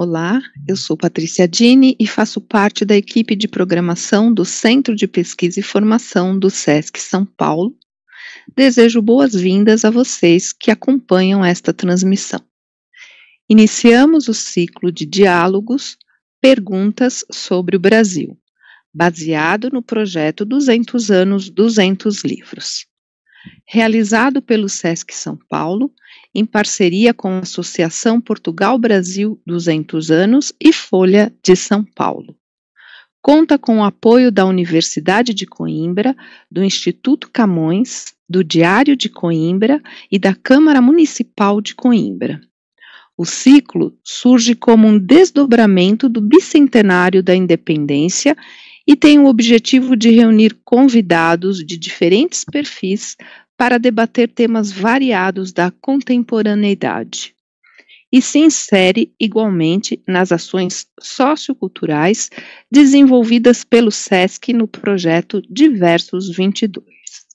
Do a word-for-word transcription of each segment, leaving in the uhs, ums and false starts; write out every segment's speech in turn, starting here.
Olá, eu sou Patrícia Dini e faço parte da equipe de programação do Centro de Pesquisa e Formação do SESC São Paulo. Desejo boas-vindas a vocês que acompanham esta transmissão. Iniciamos o ciclo de diálogos Perguntas sobre o Brasil, baseado no projeto duzentos anos, duzentos livros. Realizado pelo SESC São Paulo, em parceria com a Associação Portugal-Brasil duzentos anos e Folha de São Paulo. Conta com o apoio da Universidade de Coimbra, do Instituto Camões, do Diário de Coimbra e da Câmara Municipal de Coimbra. O ciclo surge como um desdobramento do bicentenário da independência e tem o objetivo de reunir convidados de diferentes perfis para debater temas variados da contemporaneidade. E se insere igualmente nas ações socioculturais desenvolvidas pelo SESC no projeto Diversos vinte e dois.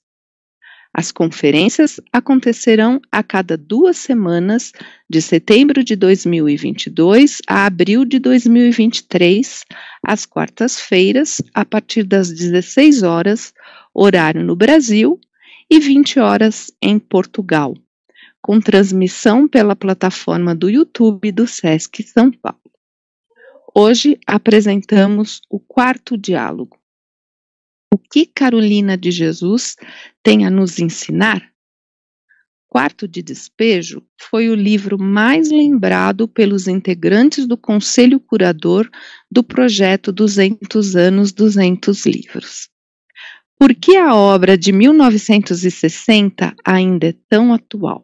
As conferências acontecerão a cada duas semanas, de setembro de dois mil e vinte e dois a abril de dois mil e vinte e três, às quartas-feiras, a partir das dezesseis horas, horário no Brasil, e vinte horas em Portugal, com transmissão pela plataforma do YouTube do SESC São Paulo. Hoje apresentamos o quarto diálogo. O que Carolina de Jesus tem a nos ensinar? Quarto de Despejo foi o livro mais lembrado pelos integrantes do Conselho Curador do projeto duzentos anos, duzentos livros. Por que a obra de mil novecentos e sessenta ainda é tão atual?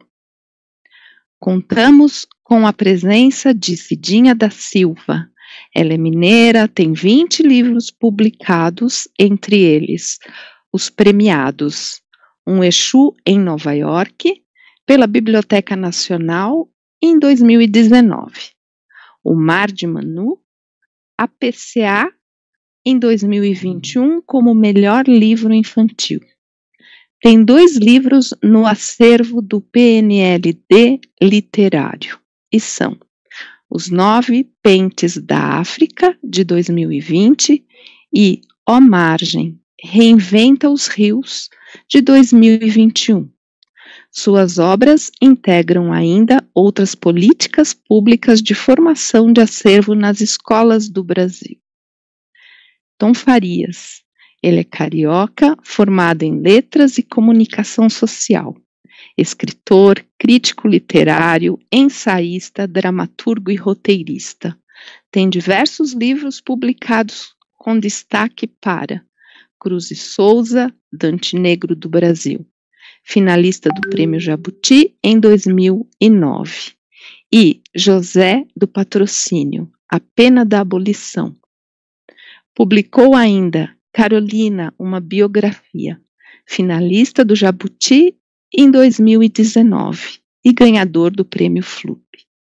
Contamos com a presença de Cidinha da Silva. Ela é mineira, tem vinte livros publicados, entre eles os premiados Um Exu em Nova York, pela Biblioteca Nacional em dois mil e dezenove. O Mar de Manu, a P C A em dois mil e vinte e um como melhor livro infantil. Tem dois livros no acervo do P N L D literário e são Os Nove Pentes da África, de dois mil e vinte, e Ó Margem, Reinventa os Rios, de dois mil e vinte e um. Suas obras integram ainda outras políticas públicas de formação de acervo nas escolas do Brasil. Tom Farias, ele é carioca, formado em Letras e Comunicação Social, escritor, crítico literário, ensaísta, dramaturgo e roteirista. Tem diversos livros publicados com destaque para Cruz e Souza, Dante Negro do Brasil, finalista do Prêmio Jabuti em dois mil e nove, e José do Patrocínio, A Pena da Abolição. Publicou ainda Carolina, uma biografia, finalista do Jabuti em dois mil e dezenove e ganhador do Prêmio Flup.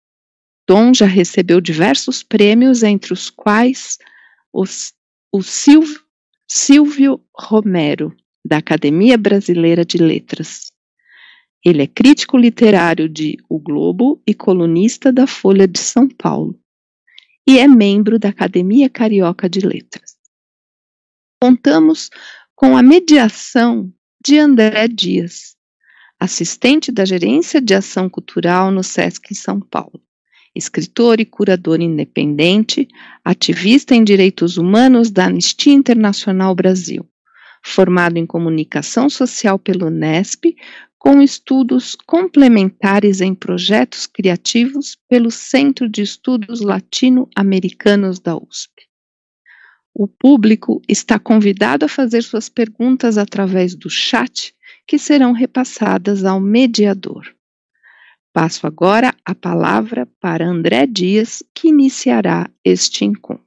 Tom já recebeu diversos prêmios, entre os quais os, o Silvio, Silvio Romero, da Academia Brasileira de Letras. Ele é crítico literário de O Globo e colunista da Folha de São Paulo. E é membro da Academia Carioca de Letras. Contamos com a mediação de André Dias, assistente da Gerência de Ação Cultural no SESC São Paulo, escritor e curador independente, ativista em direitos humanos da Anistia Internacional Brasil, formado em comunicação social pela Unesp, com estudos complementares em projetos criativos pelo Centro de Estudos Latino-Americanos da U S P. O público está convidado a fazer suas perguntas através do chat, que serão repassadas ao mediador. Passo agora a palavra para André Dias, que iniciará este encontro.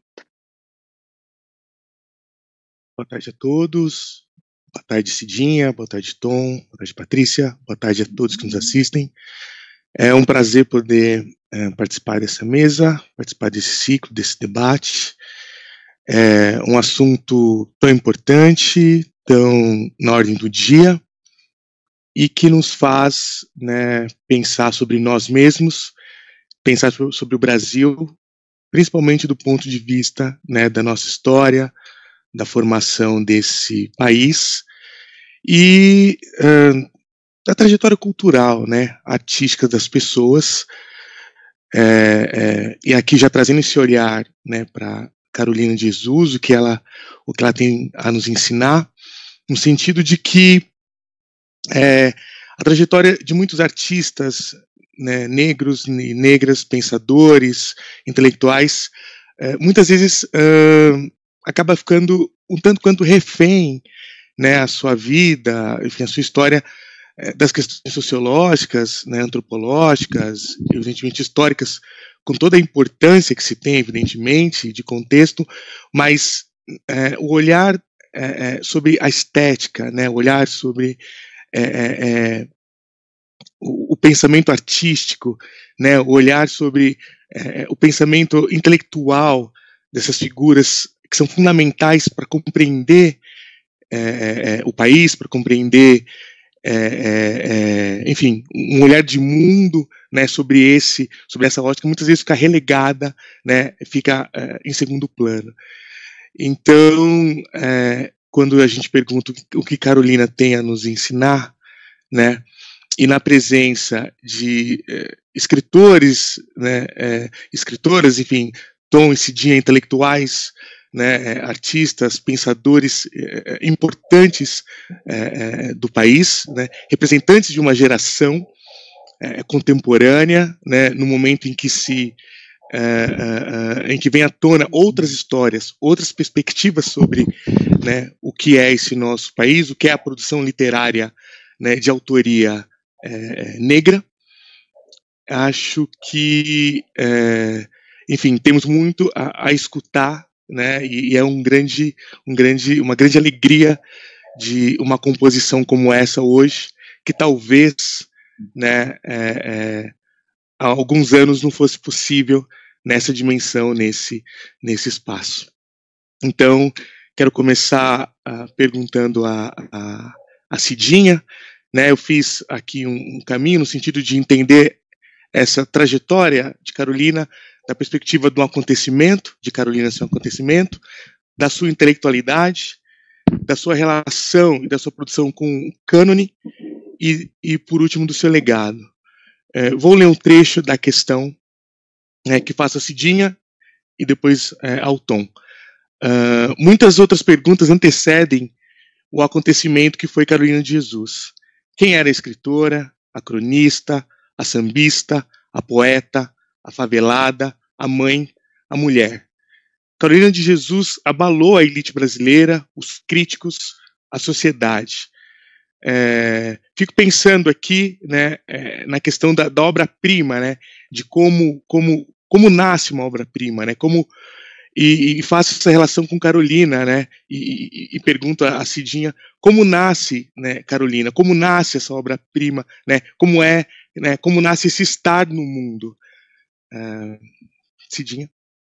Boa tarde a todos. Boa tarde, Cidinha. Boa tarde, Tom. Boa tarde, Patrícia. Boa tarde a todos que nos assistem. É um prazer poder é, participar dessa mesa, participar desse ciclo, desse debate. É um assunto tão importante, tão na ordem do dia, e que nos faz, né, pensar sobre nós mesmos, pensar sobre o Brasil principalmente do ponto de vista, né, da nossa história, da formação desse país e uh, da trajetória cultural, né, artística das pessoas. É, é, e aqui já trazendo esse olhar, né, para Carolina de Jesus, o que ela, o que ela tem a nos ensinar, no sentido de que é, a trajetória de muitos artistas, né, negros e negras, pensadores, intelectuais, é, muitas vezes uh, acaba ficando um tanto quanto refém, né, a sua vida, enfim, a sua história, é, das questões sociológicas, né, antropológicas, evidentemente históricas, com toda a importância que se tem, evidentemente, de contexto, mas é, o olhar é, sobre a estética, né, o olhar sobre é, é, o, o pensamento artístico, né, o olhar sobre é, o pensamento intelectual dessas figuras que são fundamentais para compreender é, é, o país, para compreender, é, é, enfim, um olhar de mundo, né, sobre esse, sobre essa lógica, muitas vezes fica relegada, né, fica é, em segundo plano. Então, é, quando a gente pergunta o que Carolina tem a nos ensinar, né, e na presença de é, escritores, né, é, escritoras, enfim, Tom e Cidinha, intelectuais, né, artistas, pensadores é, importantes é, do país, né, representantes de uma geração é, contemporânea, né, no momento em que se é, é, em que vem à tona outras histórias, outras perspectivas sobre, né, o que é esse nosso país, o que é a produção literária, né, de autoria é, negra. Acho que, é, enfim, temos muito a, a escutar, né, e, e é um grande, um grande, uma grande alegria de uma composição como essa hoje, que talvez, né, é, é, há alguns anos não fosse possível nessa dimensão, nesse, nesse espaço. Então, quero começar uh, perguntando a, a, a Cidinha, né, eu fiz aqui um, um caminho no sentido de entender essa trajetória de Carolina da perspectiva do acontecimento, de Carolina ser um acontecimento, da sua intelectualidade, da sua relação e da sua produção com o cânone e, e por último, do seu legado. É, vou ler um trecho da questão, né, que faço a Cidinha e depois é, ao Tom. Uh, muitas outras perguntas antecedem o acontecimento que foi Carolina de Jesus. Quem era a escritora, a cronista, a sambista, a poeta, a favelada, a mãe, a mulher? Carolina de Jesus abalou a elite brasileira, os críticos, a sociedade. É, fico pensando aqui, né, é, na questão da, da obra-prima, né, de como, como, como nasce uma obra-prima, né, como, e, e faço essa relação com Carolina, né, e, e, e pergunto a Cidinha como nasce, né, Carolina, como nasce essa obra-prima, né, como é, né, como nasce esse estar no mundo. Uh, Cidinha.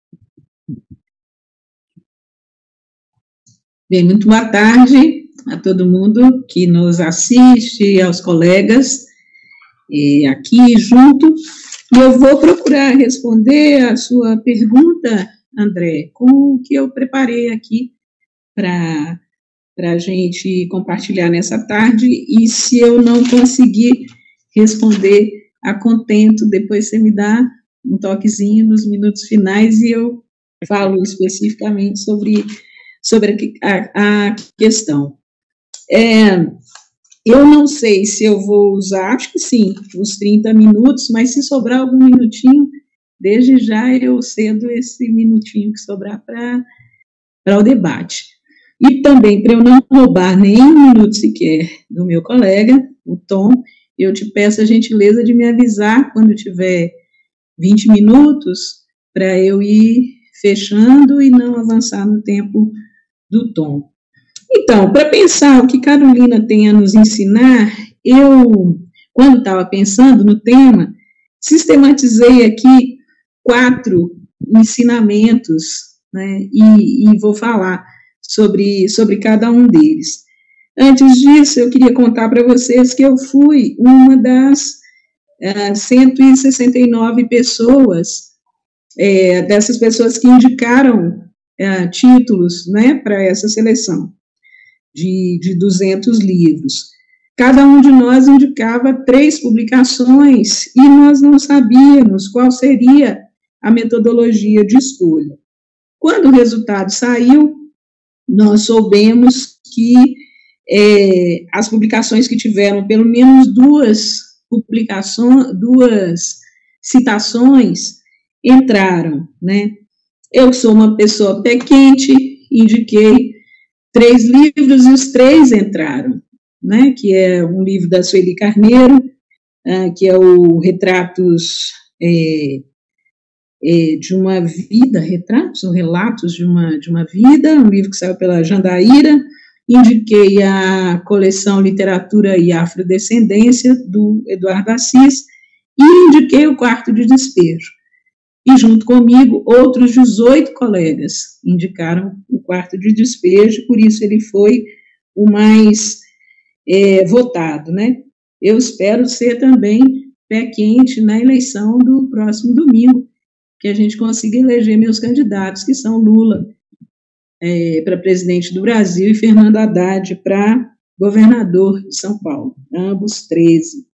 Bem, muito boa tarde a todo mundo que nos assiste, aos colegas eh, aqui junto. E eu vou procurar responder a sua pergunta, André, com o que eu preparei aqui para a gente compartilhar nessa tarde. E se eu não conseguir responder a contento, depois você me dá um toquezinho nos minutos finais e eu falo especificamente sobre, sobre a, a questão. É, eu não sei se eu vou usar, acho que sim, os trinta minutos, mas se sobrar algum minutinho, desde já eu cedo esse minutinho que sobrar para o debate. E também, para eu não roubar nem um minuto sequer do meu colega, o Tom, eu te peço a gentileza de me avisar quando tiver vinte minutos, para eu ir fechando e não avançar no tempo do Tom. Então, para pensar o que Carolina tem a nos ensinar, eu, quando estava pensando no tema, sistematizei aqui quatro ensinamentos, né, e, e vou falar sobre, sobre cada um deles. Antes disso, eu queria contar para vocês que eu fui uma das uh, cento e sessenta e nove pessoas é, dessas pessoas que indicaram é, títulos, né, para essa seleção de, de duzentos livros. Cada um de nós indicava três publicações e nós não sabíamos qual seria a metodologia de escolha. Quando o resultado saiu, nós soubemos que é, as publicações que tiveram pelo menos duas publicações, duas citações, entraram, né? Eu sou uma pessoa pé quente, indiquei três livros e os três entraram, né? Que é um livro da Sueli Carneiro, uh, que é o Retratos é, é, de uma Vida, Retratos ou Relatos de uma, de uma Vida, um livro que saiu pela Jandaíra. Indiquei a coleção Literatura e Afrodescendência, do Eduardo Assis, e indiquei o Quarto de Despejo. E junto comigo, outros dezoito colegas indicaram o Quarto de Despejo, por isso ele foi o mais é, votado, né? Eu espero ser também pé quente na eleição do próximo domingo, que a gente consiga eleger meus candidatos, que são Lula é, para presidente do Brasil e Fernando Haddad para governador de São Paulo, ambos treze.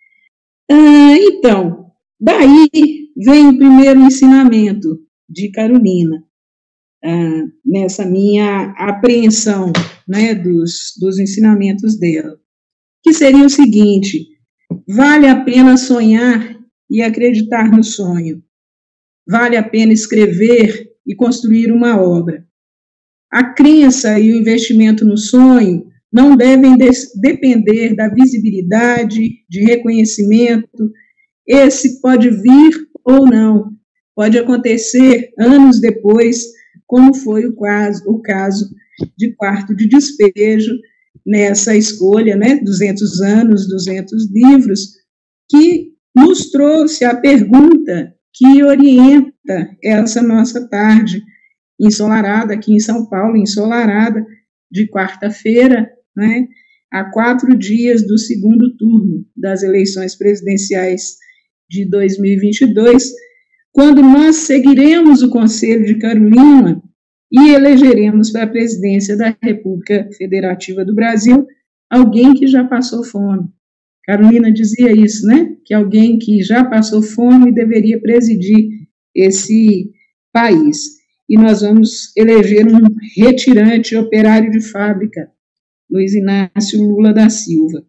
Ah, então, daí vem o primeiro ensinamento de Carolina, ah, nessa minha apreensão, né, dos, dos ensinamentos dela, que seria o seguinte: vale a pena sonhar e acreditar no sonho, vale a pena escrever e construir uma obra. A crença e o investimento no sonho não devem depender da visibilidade, de reconhecimento. Esse pode vir ou não, pode acontecer anos depois, como foi o caso, o caso de Quarto de Despejo, nessa escolha, né, duzentos anos, duzentos livros, que nos trouxe a pergunta que orienta essa nossa tarde ensolarada, aqui em São Paulo, ensolarada, de quarta-feira, né, a quatro dias do segundo turno das eleições presidenciais de dois mil e vinte e dois, quando nós seguiremos o Conselho de Carolina e elegeremos para a presidência da República Federativa do Brasil alguém que já passou fome. Carolina dizia isso, né? Que alguém que já passou fome deveria presidir esse país. E nós vamos eleger um retirante operário de fábrica, Luiz Inácio Lula da Silva.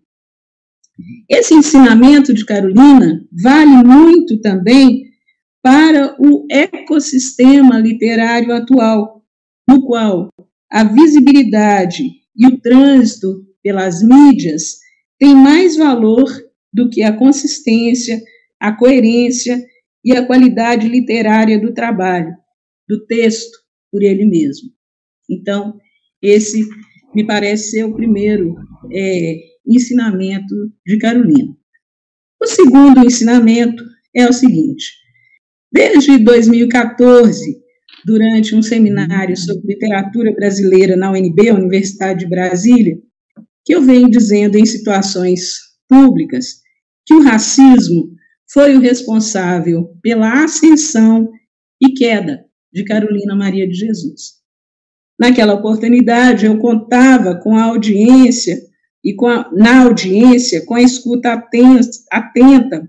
Esse ensinamento de Carolina vale muito também para o ecossistema literário atual, no qual a visibilidade e o trânsito pelas mídias têm mais valor do que a consistência, a coerência e a qualidade literária do trabalho, do texto por ele mesmo. Então, esse me parece ser o primeiro é, ensinamento de Carolina. O segundo ensinamento é o seguinte: desde dois mil e quatorze, durante um seminário sobre literatura brasileira na U N B, Universidade de Brasília, que eu venho dizendo em situações públicas que o racismo foi o responsável pela ascensão e queda de Carolina Maria de Jesus. Naquela oportunidade, eu contava com a audiência, e com a, na audiência, com a escuta atenta, atenta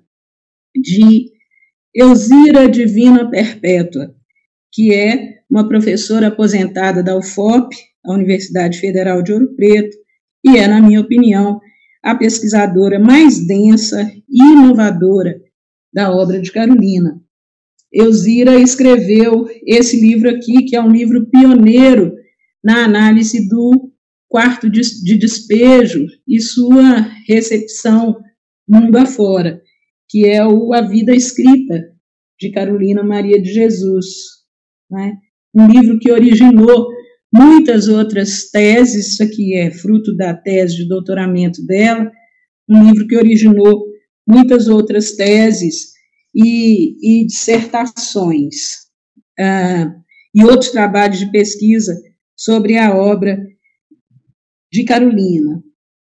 de Elzira Divina Perpétua, que é uma professora aposentada da U F O P, a Universidade Federal de Ouro Preto, e é, na minha opinião, a pesquisadora mais densa e inovadora da obra de Carolina. Elzira escreveu esse livro aqui, que é um livro pioneiro na análise do Quarto de Despejo e sua recepção mundo afora, que é o A Vida Escrita, de Carolina Maria de Jesus, né? Um livro que originou muitas outras teses. Isso aqui é fruto da tese de doutoramento dela, um livro que originou muitas outras teses e, e dissertações, ah, e outros trabalhos de pesquisa sobre a obra de Carolina.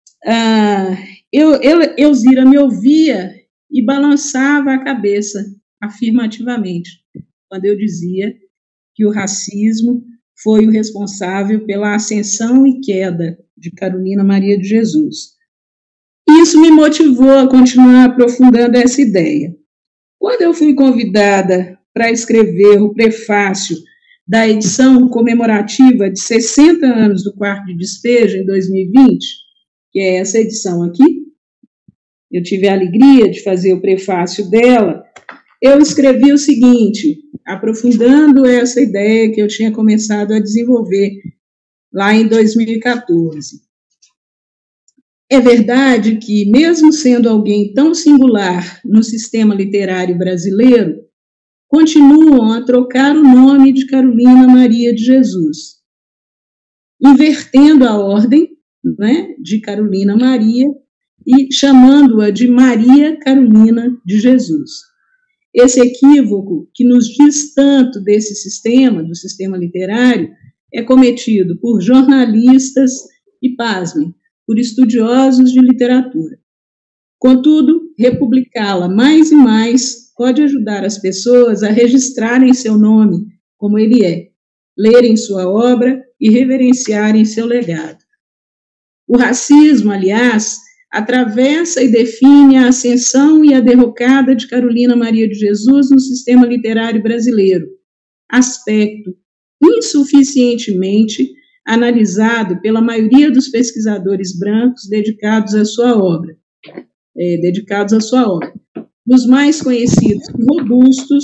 Ah, eu, eu, Elzira me ouvia e balançava a cabeça afirmativamente. quando eu dizia que o racismo foi o responsável pela ascensão e queda de Carolina Maria de Jesus. Isso me motivou a continuar aprofundando essa ideia. Quando eu fui convidada para escrever o prefácio da edição comemorativa de sessenta anos do Quarto de Despejo, em dois mil e vinte, que é essa edição aqui, eu tive a alegria de fazer o prefácio dela, eu escrevi o seguinte, aprofundando essa ideia que eu tinha começado a desenvolver lá em dois mil e quatorze. É verdade que, mesmo sendo alguém tão singular no sistema literário brasileiro, continuam a trocar o nome de Carolina Maria de Jesus, invertendo a ordem, né, de Carolina Maria e chamando-a de Maria Carolina de Jesus. Esse equívoco, que nos diz tanto desse sistema, do sistema literário, é cometido por jornalistas e, pasmem, por estudiosos de literatura. Contudo, republicá-la mais e mais pode ajudar as pessoas a registrarem seu nome como ele é, lerem sua obra e reverenciarem seu legado. O racismo, aliás, atravessa e define a ascensão e a derrocada de Carolina Maria de Jesus no sistema literário brasileiro, aspecto insuficientemente analisado pela maioria dos pesquisadores brancos dedicados à sua obra, é, dedicados à sua obra. Dos mais conhecidos e robustos,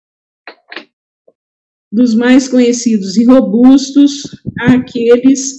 dos mais conhecidos e robustos, àqueles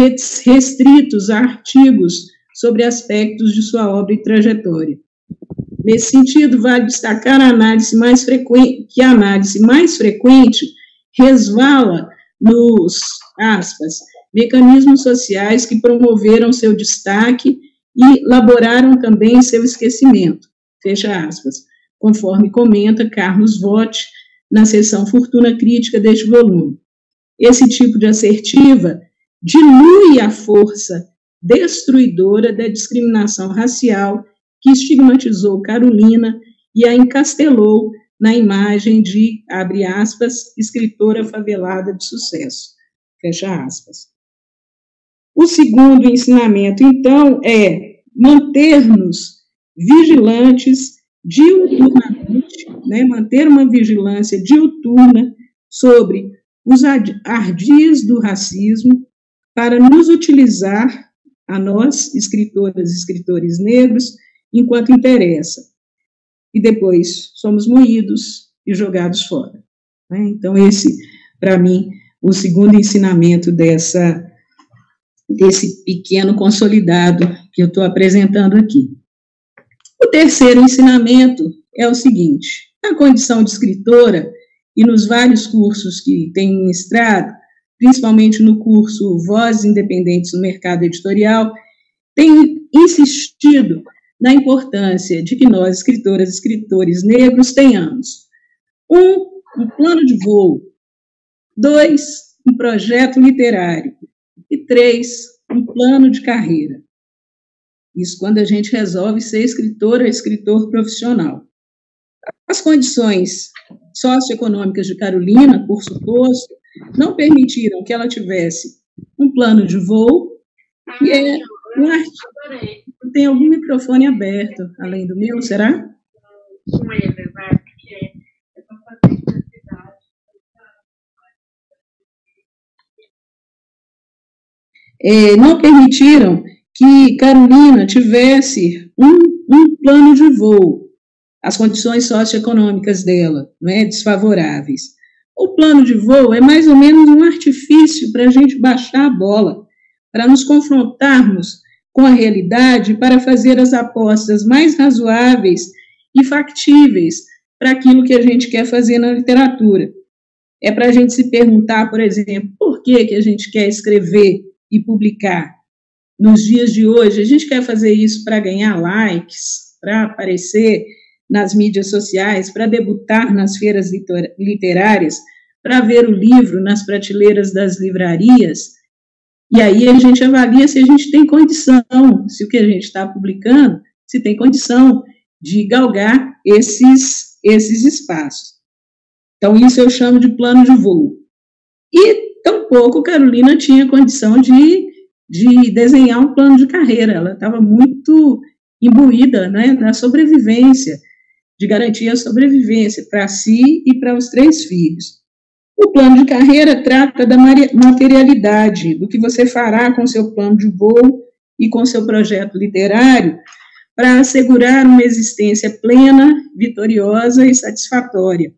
restritos a artigos sobre aspectos de sua obra e trajetória. Nesse sentido, vale destacar a análise mais frequente, que a análise mais frequente resvala nos, aspas, mecanismos sociais que promoveram seu destaque e laboraram também seu esquecimento, fecha aspas, conforme comenta Carlos Vogt na seção Fortuna Crítica deste volume. Esse tipo de assertiva dilui a força destruidora da discriminação racial que estigmatizou Carolina e a encastelou na imagem de, abre aspas, escritora favelada de sucesso, fecha aspas. O segundo ensinamento, então, é manter-nos vigilantes diuturnamente, né, manter uma vigilância diuturna sobre os ardis do racismo para nos utilizar, a nós, escritoras e escritores negros, enquanto interessa. E depois somos moídos e jogados fora. Né? Então, esse, para mim, o segundo ensinamento dessa, desse pequeno consolidado que eu estou apresentando aqui. O terceiro ensinamento é o seguinte: na condição de escritora e nos vários cursos que tenho ministrado, principalmente no curso Vozes Independentes no Mercado Editorial, tenho insistido na importância de que nós, escritoras e escritores negros, tenhamos um, um plano de voo, dois, um projeto literário e três, um plano de carreira. Isso quando a gente resolve ser escritora ou escritor profissional. As condições socioeconômicas de Carolina, por suposto, não permitiram que ela tivesse um plano de voo e é um artigo. Tem algum microfone aberto, além do meu, será? É, não permitiram que Carolina tivesse um, um plano de voo. As condições socioeconômicas dela, não é, desfavoráveis. O plano de voo é mais ou menos um artifício para a gente baixar a bola, para nos confrontarmos com a realidade, para fazer as apostas mais razoáveis e factíveis para aquilo que a gente quer fazer na literatura. É para a gente se perguntar, por exemplo, por que, que a gente quer escrever e publicar nos dias de hoje? A gente quer fazer isso para ganhar likes, para aparecer nas mídias sociais, para debutar nas feiras literárias, para ver o livro nas prateleiras das livrarias, e aí a gente avalia se a gente tem condição, se o que a gente está publicando, se tem condição de galgar esses, esses espaços. Então, isso eu chamo de plano de voo. E, tampouco, Carolina tinha condição de, de desenhar um plano de carreira. Ela estava muito imbuída, né, na sobrevivência, de garantir a sobrevivência para si e para os três filhos. O plano de carreira trata da materialidade, do que você fará com seu plano de voo e com seu projeto literário para assegurar uma existência plena, vitoriosa e satisfatória.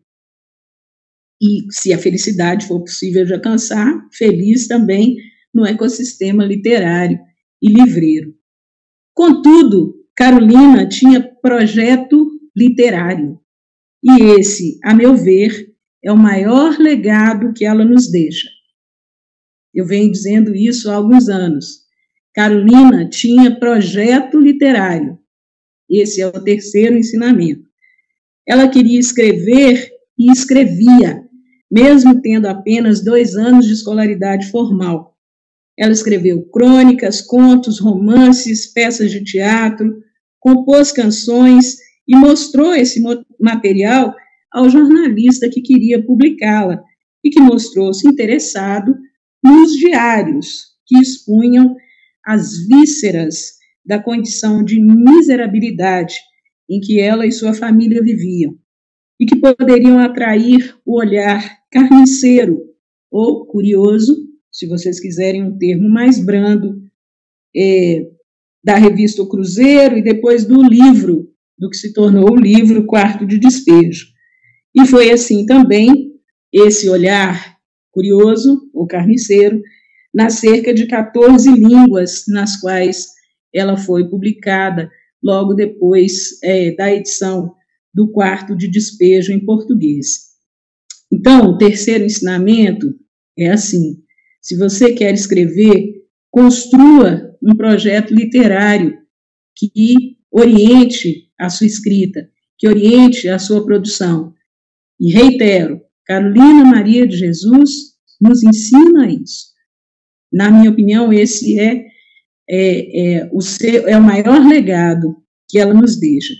E, se a felicidade for possível de alcançar, feliz também no ecossistema literário e livreiro. Contudo, Carolina tinha projeto literário, e esse, a meu ver, é o maior legado que ela nos deixa. Eu venho dizendo isso há alguns anos. Carolina tinha projeto literário. Esse é o terceiro ensinamento. Ela queria escrever e escrevia, mesmo tendo apenas dois anos de escolaridade formal. Ela escreveu crônicas, contos, romances, peças de teatro, compôs canções e mostrou esse material ao jornalista que queria publicá-la e que mostrou-se interessado nos diários que expunham as vísceras da condição de miserabilidade em que ela e sua família viviam e que poderiam atrair o olhar carniceiro ou curioso, se vocês quiserem um termo mais brando, é, da revista O Cruzeiro e depois do livro, do que se tornou o livro Quarto de Despejo. E foi assim também, esse olhar curioso ou carniceiro, nas cerca de quatorze línguas nas quais ela foi publicada logo depois é, da edição do Quarto de Despejo em português. Então, o terceiro ensinamento é assim: se você quer escrever, construa um projeto literário que oriente a sua escrita, que oriente a sua produção. E reitero, Carolina Maria de Jesus nos ensina isso. Na minha opinião, esse é, é, é, o, seu, é o maior legado que ela nos deixa.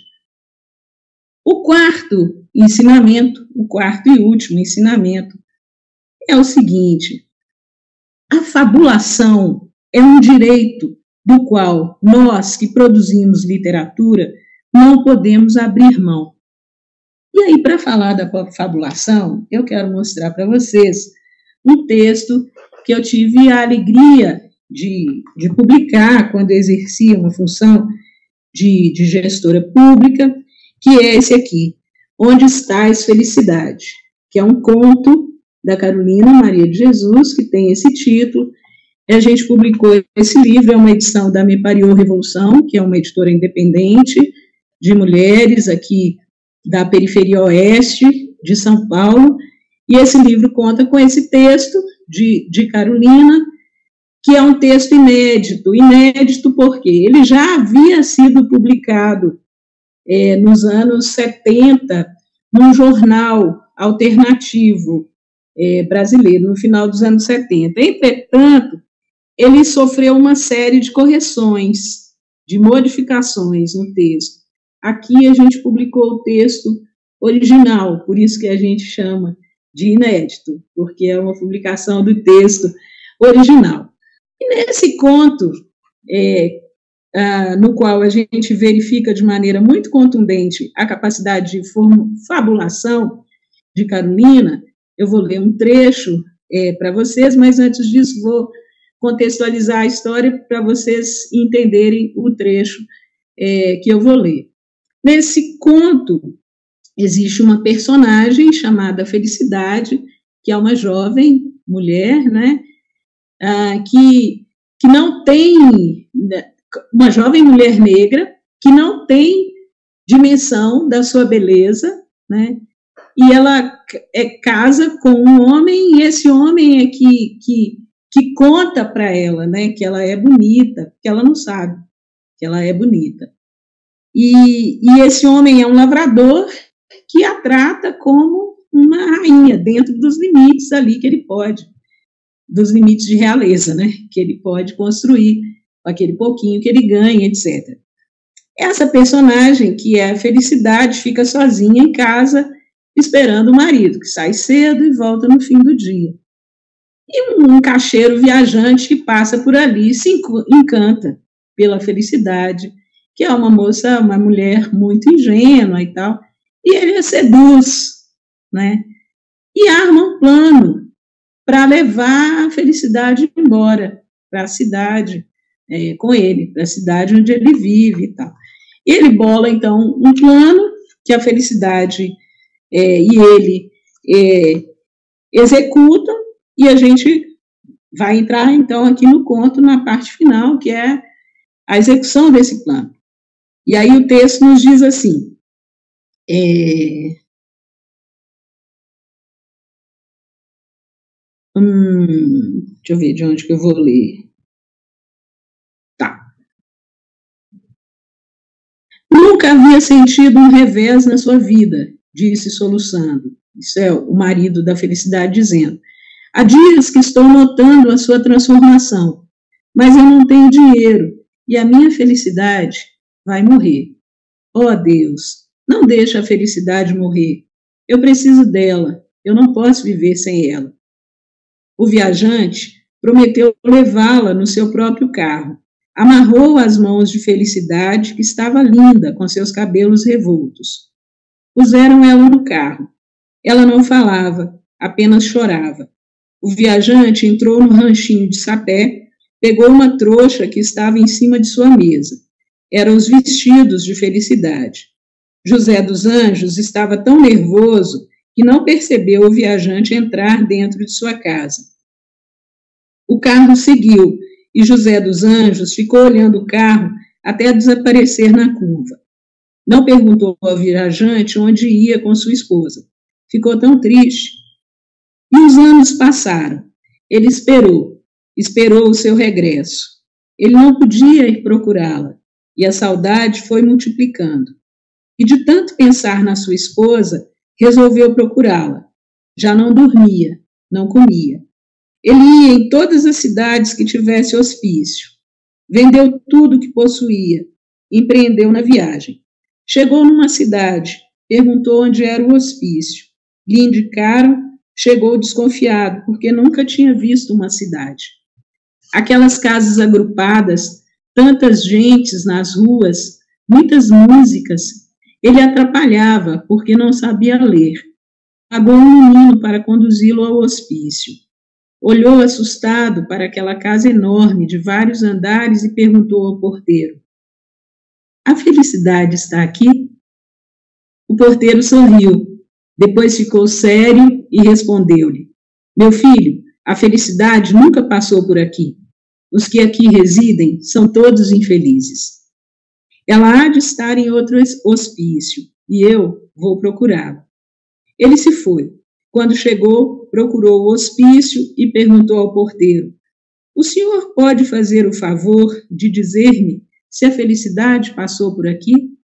O quarto ensinamento, o quarto e último ensinamento, é o seguinte: a fabulação é um direito do qual nós, que produzimos literatura, não podemos abrir mão. E aí, para falar da fabulação, eu quero mostrar para vocês um texto que eu tive a alegria de, de publicar quando exercia uma função de, de gestora pública, que é esse aqui, Onde Estás, Felicidade, que é um conto da Carolina Maria de Jesus, que tem esse título. A gente publicou esse livro, é uma edição da Me Pariu Revolução, que é uma editora independente de mulheres aqui da periferia oeste de São Paulo, e esse livro conta com esse texto de, de Carolina, que é um texto inédito, inédito porque ele já havia sido publicado é, nos anos setenta, num jornal alternativo é, brasileiro, no final dos anos setenta. Entretanto, ele sofreu uma série de correções, de modificações no texto. Aqui a gente publicou o texto original, por isso que a gente chama de inédito, porque é uma publicação do texto original. E nesse conto, é, ah, no qual a gente verifica de maneira muito contundente a capacidade de fabulação de Carolina, eu vou ler um trecho é, para vocês, mas antes disso vou contextualizar a história para vocês entenderem o trecho é, que eu vou ler. Nesse conto, existe uma personagem chamada Felicidade, que é uma jovem mulher, né, ah, que, que não tem, uma jovem mulher negra, que não tem dimensão da sua beleza, né, e ela é, casa com um homem, e esse homem é que, que, que conta para ela, né, que ela é bonita, que ela não sabe que ela é bonita. E, e esse homem é um lavrador que a trata como uma rainha, dentro dos limites ali que ele pode, dos limites de realeza, né, que ele pode construir, com aquele pouquinho que ele ganha, etcétera. Essa personagem, que é a Felicidade, fica sozinha em casa esperando o marido, que sai cedo e volta no fim do dia. E um caixeiro viajante que passa por ali e se encanta pela Felicidade, que é uma moça, uma mulher muito ingênua e tal, e ele a seduz, né? E arma um plano para levar a Felicidade embora para a cidade, é, com ele, para a cidade onde ele vive e tal. E ele bola, então, um plano que a Felicidade é, e ele é, executam, e a gente vai entrar, então, aqui no conto, na parte final, que é a execução desse plano. E aí o texto nos diz assim, é, hum, deixa eu ver de onde que eu vou ler. Tá. Nunca havia sentido um revés na sua vida, disse soluçando. Isso é o marido da Felicidade dizendo. Há dias que estou notando a sua transformação, mas eu não tenho dinheiro e a minha Felicidade vai morrer. Oh, Deus, não deixe a Felicidade morrer. Eu preciso dela, eu não posso viver sem ela. O viajante prometeu levá-la no seu próprio carro. Amarrou as mãos de Felicidade, que estava linda, com seus cabelos revoltos. Puseram ela no carro. Ela não falava, apenas chorava. O viajante entrou no ranchinho de sapé, pegou uma trouxa que estava em cima de sua mesa. Eram os vestidos de Felicidade. José dos Anjos estava tão nervoso que não percebeu o viajante entrar dentro de sua casa. O carro seguiu e José dos Anjos ficou olhando o carro até desaparecer na curva. Não perguntou ao viajante onde ia com sua esposa. Ficou tão triste. E os anos passaram. Ele esperou, esperou o seu regresso. Ele não podia ir procurá-la, e a saudade foi multiplicando. E de tanto pensar na sua esposa, resolveu procurá-la. Já não dormia, não comia. Ele ia em todas as cidades que tivesse hospício. Vendeu tudo que possuía, empreendeu na viagem. Chegou numa cidade, perguntou onde era o hospício. Lhe indicaram. Chegou desconfiado, porque nunca tinha visto uma cidade. Aquelas casas agrupadas, tantas gentes nas ruas, muitas músicas, ele atrapalhava, porque não sabia ler. Pagou um menino para conduzi-lo ao hospício. Olhou assustado para aquela casa enorme, de vários andares, e perguntou ao porteiro, a Felicidade está aqui? O porteiro sorriu. Depois ficou sério e respondeu-lhe, meu filho, a Felicidade nunca passou por aqui. Os que aqui residem são todos infelizes. Ela há de estar em outro hospício, e eu vou procurá-la. Ele se foi. Quando chegou, procurou o hospício e perguntou ao porteiro, o senhor pode fazer o favor de dizer-me se a Felicidade passou por aqui?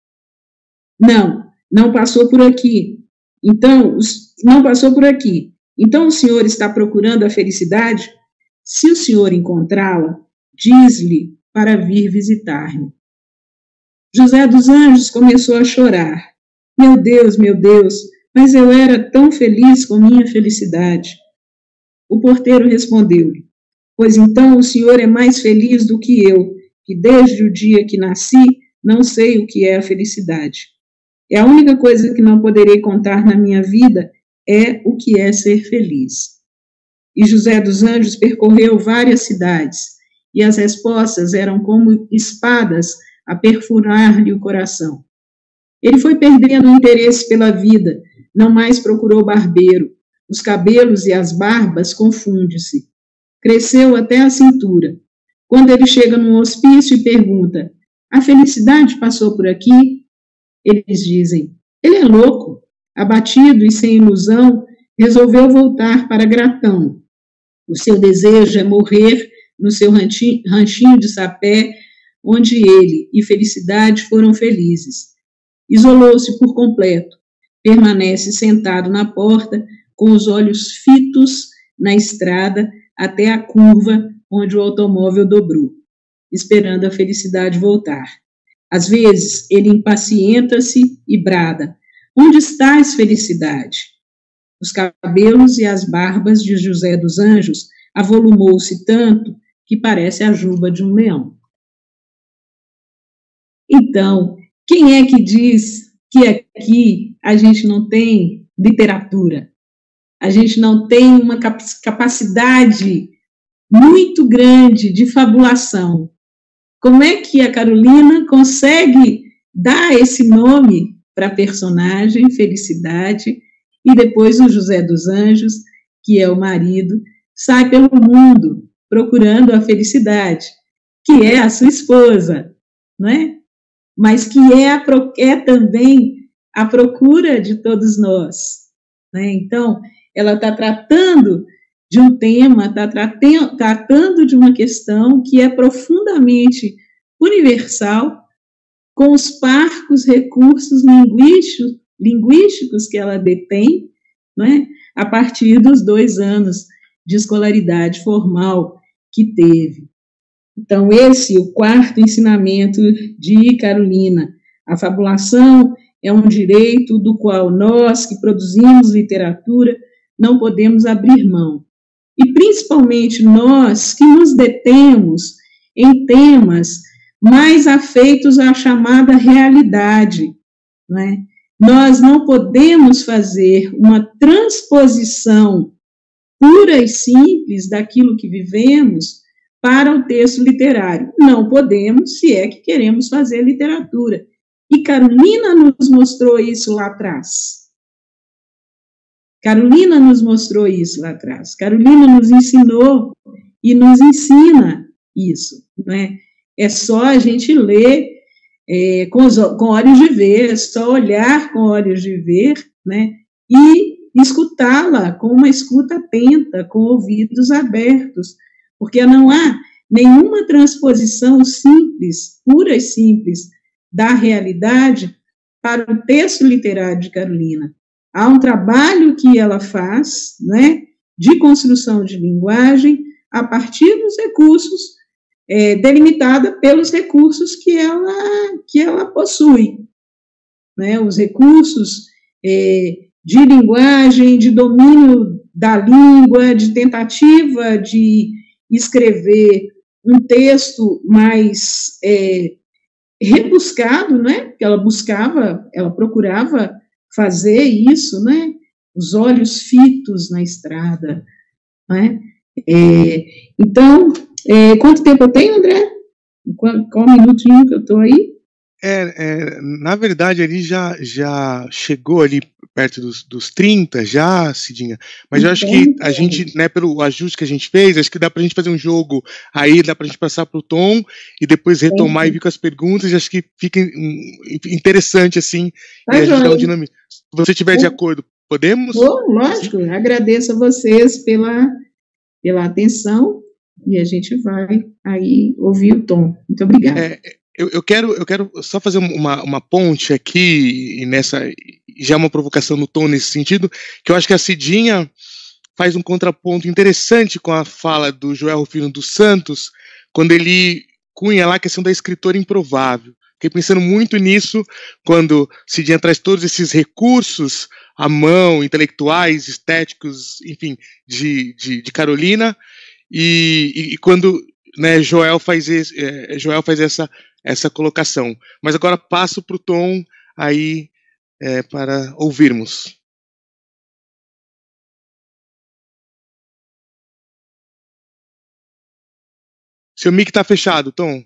Não, não passou por aqui. Então, não passou por aqui. Então o senhor está procurando a Felicidade? Se o senhor encontrá-la, diz-lhe para vir visitar-me. José dos Anjos começou a chorar. Meu Deus, meu Deus, mas eu era tão feliz com minha Felicidade. O porteiro respondeu-lhe, pois então o senhor é mais feliz do que eu, que desde o dia que nasci não sei o que é a felicidade. É a única coisa que não poderei contar na minha vida é o que é ser feliz. E José dos Anjos percorreu várias cidades, e as respostas eram como espadas a perfurar-lhe o coração. Ele foi perdendo o interesse pela vida, não mais procurou barbeiro, os cabelos e as barbas confundem-se. Cresceu até a cintura. Quando ele chega num hospício e pergunta, a Felicidade passou por aqui? Eles dizem, ele é louco, abatido e sem ilusão, resolveu voltar para Gratão. O seu desejo é morrer no seu ranchinho de sapé, onde ele e Felicidade foram felizes. Isolou-se por completo, permanece sentado na porta, com os olhos fitos na estrada até a curva onde o automóvel dobrou, esperando a Felicidade voltar. Às vezes, ele impacienta-se e brada, Onde estás, felicidade? Os cabelos e as barbas de José dos Anjos avolumou-se tanto que parece a juba de um leão. Então, quem é que diz que aqui a gente não tem literatura? A gente não tem uma capacidade muito grande de fabulação. Como é que a Carolina consegue dar esse nome para a personagem, Felicidade, e depois o José dos Anjos, que é o marido, sai pelo mundo procurando a felicidade, que é a sua esposa, não é? Mas que é, a, é também a procura de todos nós, né? Então, ela está tratando de um tema, está tratando de uma questão que é profundamente universal, com os parcos recursos linguísticos, linguísticos que ela detém, né, a partir dos dois anos de escolaridade formal que teve. Então, esse é o quarto ensinamento de Carolina. A fabulação é um direito do qual nós, que produzimos literatura, não podemos abrir mão. E, principalmente, nós que nos detemos em temas mais afeitos à chamada realidade, não é? Nós não podemos fazer uma transposição pura e simples daquilo que vivemos para o texto literário. Não podemos, se é que queremos fazer literatura. E Carolina nos mostrou isso lá atrás. Carolina nos mostrou isso lá atrás. Carolina nos ensinou e nos ensina isso, né? É só a gente ler é, com, os, com olhos de ver, é só olhar com olhos de ver, né? E escutá-la com uma escuta atenta, com ouvidos abertos, porque não há nenhuma transposição simples, pura e simples, da realidade para o texto literário de Carolina. Há um trabalho que ela faz, né, de construção de linguagem a partir dos recursos, é, delimitada pelos recursos que ela, que ela possui, né, os recursos é, de linguagem, de domínio da língua, de tentativa de escrever um texto mais é, rebuscado, né, que ela buscava, ela procurava fazer isso, né, os olhos fitos na estrada, né, é, então, é, quanto tempo eu tenho, André? Qual, qual minutinho que eu estou aí? É, é, na verdade, ele já, já chegou ali perto dos, dos trinta, já, Cidinha, mas eu acho que a gente, né, pelo ajuste que a gente fez, acho que dá pra gente fazer um jogo aí, dá pra gente passar pro Tom e depois retomar e vir com as perguntas, e acho que fica interessante, assim, tá, e a gente dá um dinamismo. Se você estiver de acordo, podemos? Oh, lógico, Sim. Agradeço a vocês pela, pela atenção, e a gente vai aí ouvir o Tom. Muito obrigada. É, Eu, eu, quero, eu quero só fazer uma, uma ponte aqui, e nessa, já uma provocação no tom nesse sentido, que eu acho que a Cidinha faz um contraponto interessante com a fala do Joel Rufino dos Santos, quando ele cunha lá a questão da escritora improvável. Fiquei pensando muito nisso, quando Cidinha traz todos esses recursos à mão, intelectuais, estéticos, enfim, de, de, de Carolina, e, e, e quando... Né, Joel faz, esse, é, Joel faz essa, essa colocação. Mas agora passo para o Tom aí é, para ouvirmos. Seu mic está fechado, Tom.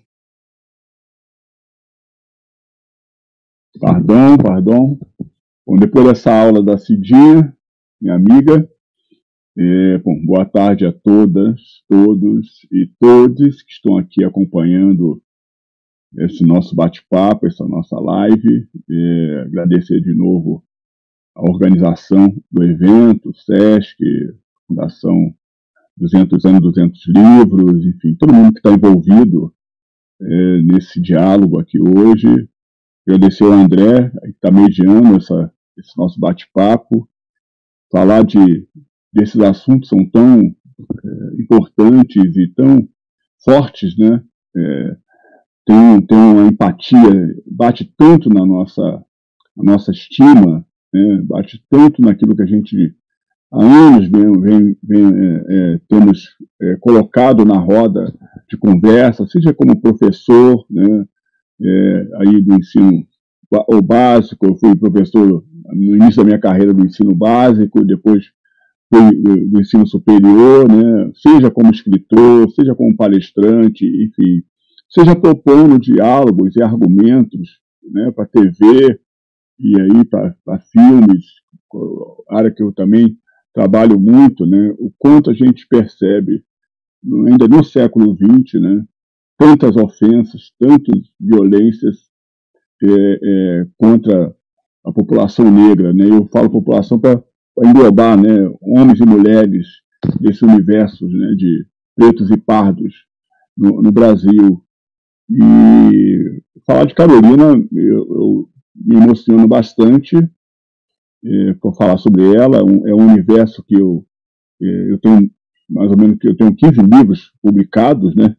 Pardon, pardon. Bom, depois dessa aula da Cidinha, minha amiga, É, bom, boa tarde a todas, todos e todes que estão aqui acompanhando esse nosso bate-papo, essa nossa live. É, agradecer de novo a organização do evento, SESC, Fundação duzentos anos, duzentos livros, enfim, todo mundo que está envolvido é, nesse diálogo aqui hoje. Agradecer ao André, que está mediando essa, esse nosso bate-papo, falar de desses assuntos são tão é, importantes e tão fortes, né? É, tem, tem uma empatia, bate tanto na nossa, na nossa estima né? Bate tanto naquilo que a gente há anos vem, vem, vem, é, é, temos é, colocado na roda de conversa, seja como professor, né, é, aí do ensino o básico. Eu fui professor no início da minha carreira do ensino básico, depois fui do ensino superior, né, seja como escritor, seja como palestrante, enfim, seja propondo diálogos e argumentos, né, para T V e aí para filmes, área que eu também trabalho muito, né, o quanto a gente percebe, ainda no século vinte, né, tantas ofensas, tantas violências é, é, contra a população negra, né? Eu falo população para englobar, né, homens e mulheres desse universo, né, de pretos e pardos no, no Brasil. E falar de Carolina, eu, eu me emociono bastante é, por falar sobre ela. É um, é um universo que eu, é, eu tenho mais ou menos que eu tenho quinze livros publicados, né?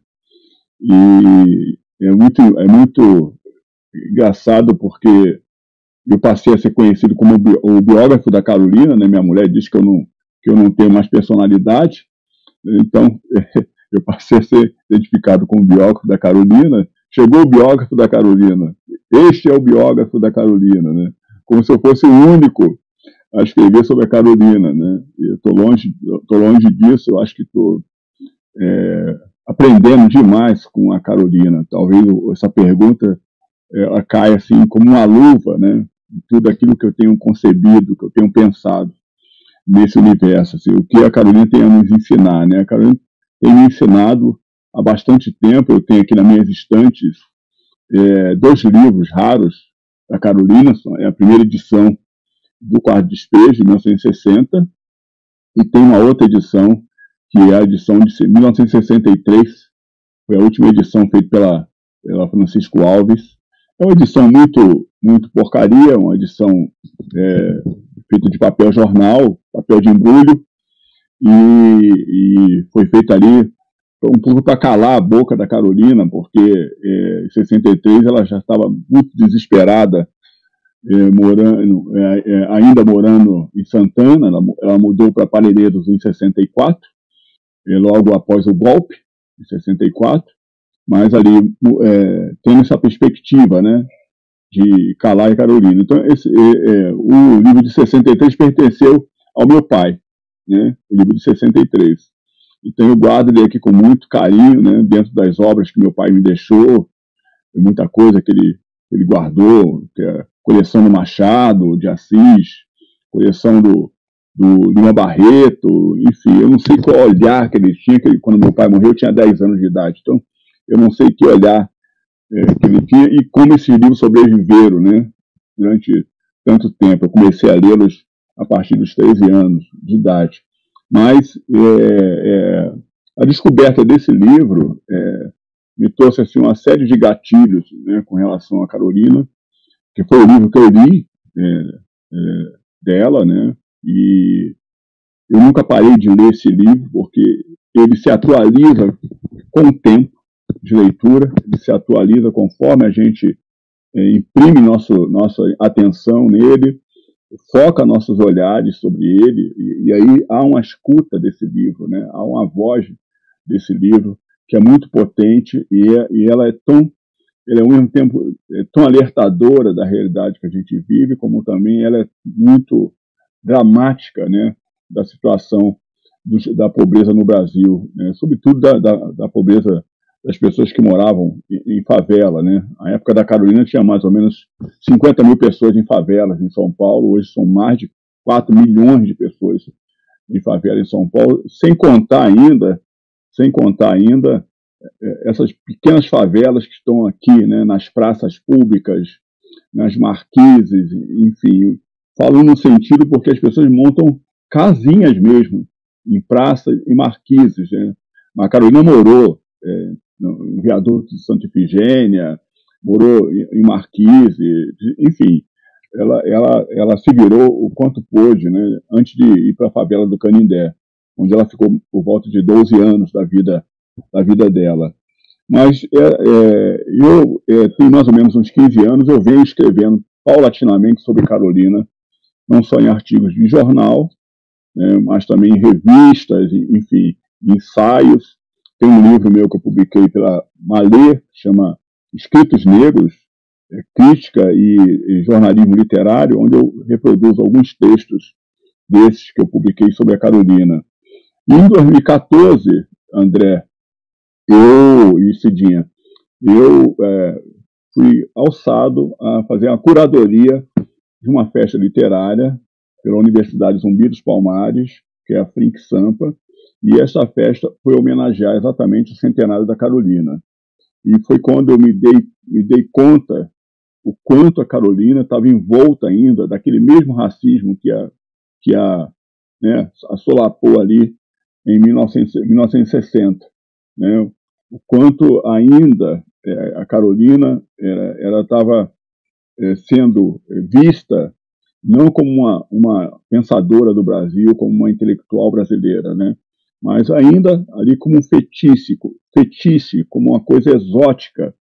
E é muito, é muito engraçado porque eu passei a ser conhecido como o biógrafo da Carolina, né? Minha mulher disse que eu não, que eu não tenho mais personalidade, então eu passei a ser identificado como biógrafo da Carolina. Chegou o biógrafo da Carolina, este é o biógrafo da Carolina, né? Como se eu fosse o único a escrever sobre a Carolina, né? Eu estou longe, tô longe disso. Eu acho que estou é, aprendendo demais com a Carolina. Talvez essa pergunta ela caia assim como uma luva, né? Tudo aquilo que eu tenho concebido, que eu tenho pensado nesse universo, assim, o que a Carolina tem a nos ensinar, né? A Carolina tem me ensinado há bastante tempo. Eu tenho aqui nas minhas estantes é, dois livros raros da Carolina. É a primeira edição do Quarto Despejo, de mil novecentos e sessenta, e tem uma outra edição, que é a edição de mil novecentos e sessenta e três, foi a última edição feita pela, pela Francisco Alves. É uma edição muito, muito porcaria, uma edição é, feita de papel jornal, papel de embrulho, e, e foi feita ali um pouco para calar a boca da Carolina, porque é, em sessenta e três ela já estava muito desesperada, é, morando, é, é, ainda morando em Santana. Ela, ela mudou para Parelheiros em sessenta e quatro, é, logo após o golpe, em sessenta e quatro, mas ali é, tem essa perspectiva, né, de calar a Carolina. Então, esse, é, é, o livro de sessenta e três pertenceu ao meu pai, né, o livro de sessenta e três. Então, eu guardo ele aqui com muito carinho, né, dentro das obras que meu pai me deixou. Tem muita coisa que ele, ele guardou, que é a coleção do Machado de Assis, coleção do, do Lima Barreto, enfim, eu não sei qual olhar que ele tinha, que ele, quando meu pai morreu eu tinha dez anos de idade, então eu não sei que olhar é, que ele tinha e como esses livros sobreviveram, né, durante tanto tempo. Eu comecei a lê-los a partir dos treze anos de idade, mas é, é, a descoberta desse livro é, me trouxe assim, uma série de gatilhos, né, com relação a Carolina, que foi o livro que eu li é, é, dela, né, e eu nunca parei de ler esse livro, porque ele se atualiza com o tempo de leitura, ele se atualiza conforme a gente é, imprime nosso, nossa atenção nele, foca nossos olhares sobre ele, e, e aí há uma escuta desse livro, né, há uma voz desse livro que é muito potente, e, é, e ela é tão, ela é ao mesmo tempo é tão alertadora da realidade que a gente vive, como também ela é muito dramática, né, da situação do, da pobreza no Brasil, né, sobretudo da, da, da pobreza das pessoas que moravam em, em favela, né. A época da Carolina tinha mais ou menos cinquenta mil pessoas em favelas em São Paulo. Hoje são mais de quatro milhões de pessoas em favela em São Paulo, sem contar ainda, sem contar ainda essas pequenas favelas que estão aqui, né, nas praças públicas, nas marquises, enfim. Falo no sentido porque as pessoas montam casinhas mesmo, em praças e marquises, né. A Carolina morou é, no viaduto de Santa Ifigênia, morou em marquise, enfim. Ela, ela, ela se virou o quanto pôde, né, antes de ir para a favela do Canindé, onde ela ficou por volta de doze anos da vida, da vida dela. Mas é, é, eu é, tenho mais ou menos uns quinze anos, eu venho escrevendo paulatinamente sobre Carolina, não só em artigos de jornal, né, mas também em revistas, enfim, ensaios. Tem um livro meu que eu publiquei pela Malê, que chama Escritos Negros, é, Crítica e, e Jornalismo Literário, onde eu reproduzo alguns textos desses que eu publiquei sobre a Carolina. E em dois mil e quatorze, André, eu e Cidinha, eu é, fui alçado a fazer uma curadoria de uma festa literária pela Universidade Zumbi dos Palmares, que é a Frink Sampa, e essa festa foi homenagear exatamente o centenário da Carolina. E foi quando eu me dei, me dei conta o quanto a Carolina estava envolta ainda daquele mesmo racismo que a, que a, né, assolapou ali em mil novecentos e sessenta. Né? O quanto ainda é, a Carolina ela estava é, sendo vista não como uma, uma pensadora do Brasil, como uma intelectual brasileira, né? Mas ainda ali como um fetiche, fetiche como uma coisa exótica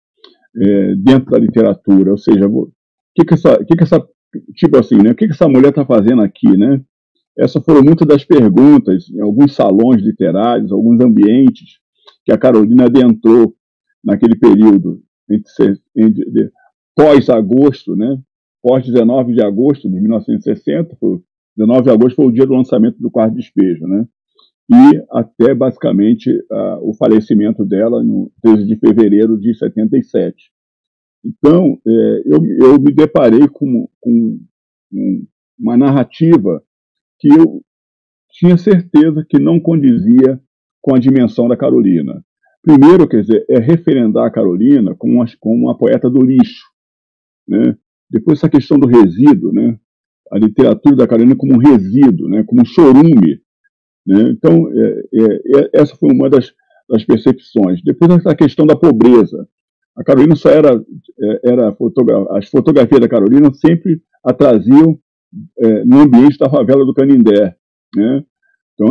é, dentro da literatura. Ou seja, o que que essa, que que essa tipo assim, né? O que que essa mulher está fazendo aqui, né? Essas foram muitas das perguntas em alguns salões literários, alguns ambientes que a Carolina adentrou naquele período entre, entre, pós-agosto, né? Pós dezenove de agosto de mil novecentos e sessenta, foi, dezenove de agosto foi o dia do lançamento do Quarto Despejo, né? E até basicamente uh, o falecimento dela no treze de fevereiro de setenta e sete. Então, é, eu, eu me deparei com, com um, uma narrativa que eu tinha certeza que não condizia com a dimensão da Carolina. Primeiro, quer dizer, é referendar a Carolina como uma, como uma poeta do lixo, né? Depois, essa questão do resíduo, né? A literatura da Carolina como um resíduo, né? Como um chorume, né? Então, é, é, essa foi uma das, das percepções. Depois, essa questão da pobreza. A Carolina só era, era fotogra- as fotografias da Carolina sempre a traziam é, no ambiente da favela do Canindé, né? Então,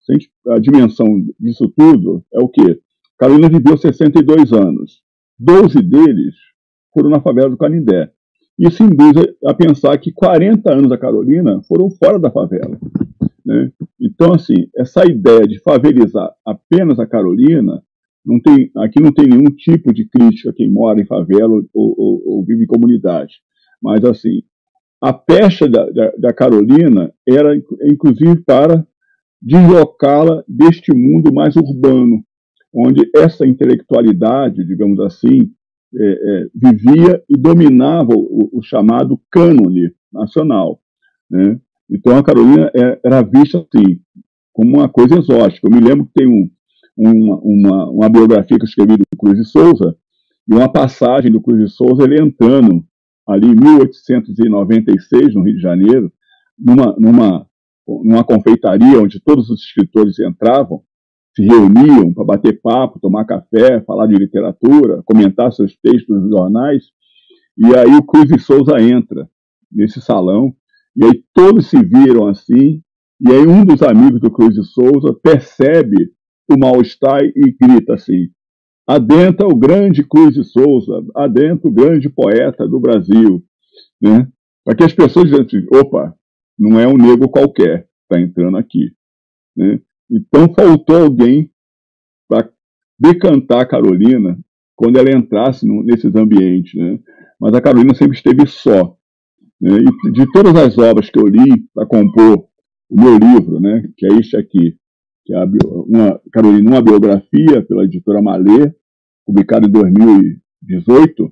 a dimensão disso tudo é o quê? A Carolina viveu sessenta e dois anos. doze deles foram na favela do Canindé. Isso induz a pensar que quarenta anos da Carolina foram fora da favela, né? Então, assim, essa ideia de favelizar apenas a Carolina, não tem, aqui não tem nenhum tipo de crítica a quem mora em favela ou, ou, ou vive em comunidade. Mas, assim, a pecha da, da, da Carolina era, inclusive, para deslocá-la deste mundo mais urbano, onde essa intelectualidade, digamos assim, é, é, vivia e dominava o, o chamado cânone nacional, né? Então a Carolina é, era vista assim, como uma coisa exótica. Eu me lembro que tem um, uma, uma, uma biografia que eu escrevi do Cruz de Souza, e uma passagem do Cruz de Souza, ele entrando ali em mil oitocentos e noventa e seis, no Rio de Janeiro, numa, numa, numa confeitaria onde todos os escritores entravam, se reuniam para bater papo, tomar café, falar de literatura, comentar seus textos nos jornais, e aí o Cruz de Souza entra nesse salão, e aí todos se viram assim, e aí um dos amigos do Cruz de Souza percebe o mal-estar e grita assim: adentra o grande Cruz de Souza, adentra o grande poeta do Brasil, né? Para que as pessoas dizem, opa, não é um negro qualquer que está entrando aqui, né? Então faltou alguém para decantar a Carolina quando ela entrasse no, nesses ambientes, né? Mas a Carolina sempre esteve só, né? E de todas as obras que eu li para compor o meu livro, né, que é este aqui, que é uma, Carolina, uma biografia pela editora Malê, publicado em dois mil e dezoito,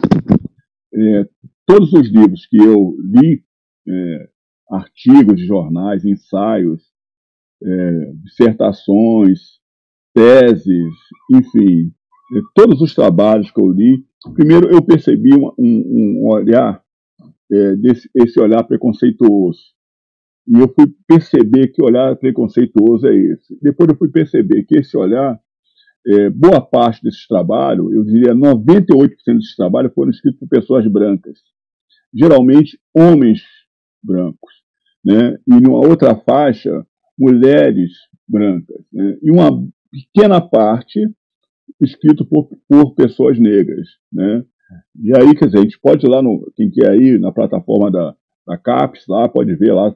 é, todos os livros que eu li, é, artigos de jornais, ensaios, é, dissertações, teses, enfim, é, todos os trabalhos que eu li, primeiro eu percebi um, um, um olhar, é, desse, esse olhar preconceituoso. E eu fui perceber que olhar preconceituoso é esse. Depois eu fui perceber que esse olhar, é, boa parte desses trabalhos, eu diria noventa e oito por cento desses trabalhos foram escritos por pessoas brancas, geralmente homens brancos, né? E numa outra faixa, mulheres brancas, né? E uma pequena parte escrito por, por pessoas negras, né? E aí, quer dizer, a gente pode ir lá, no, quem quer ir, na plataforma da, da CAPES, lá, pode ver lá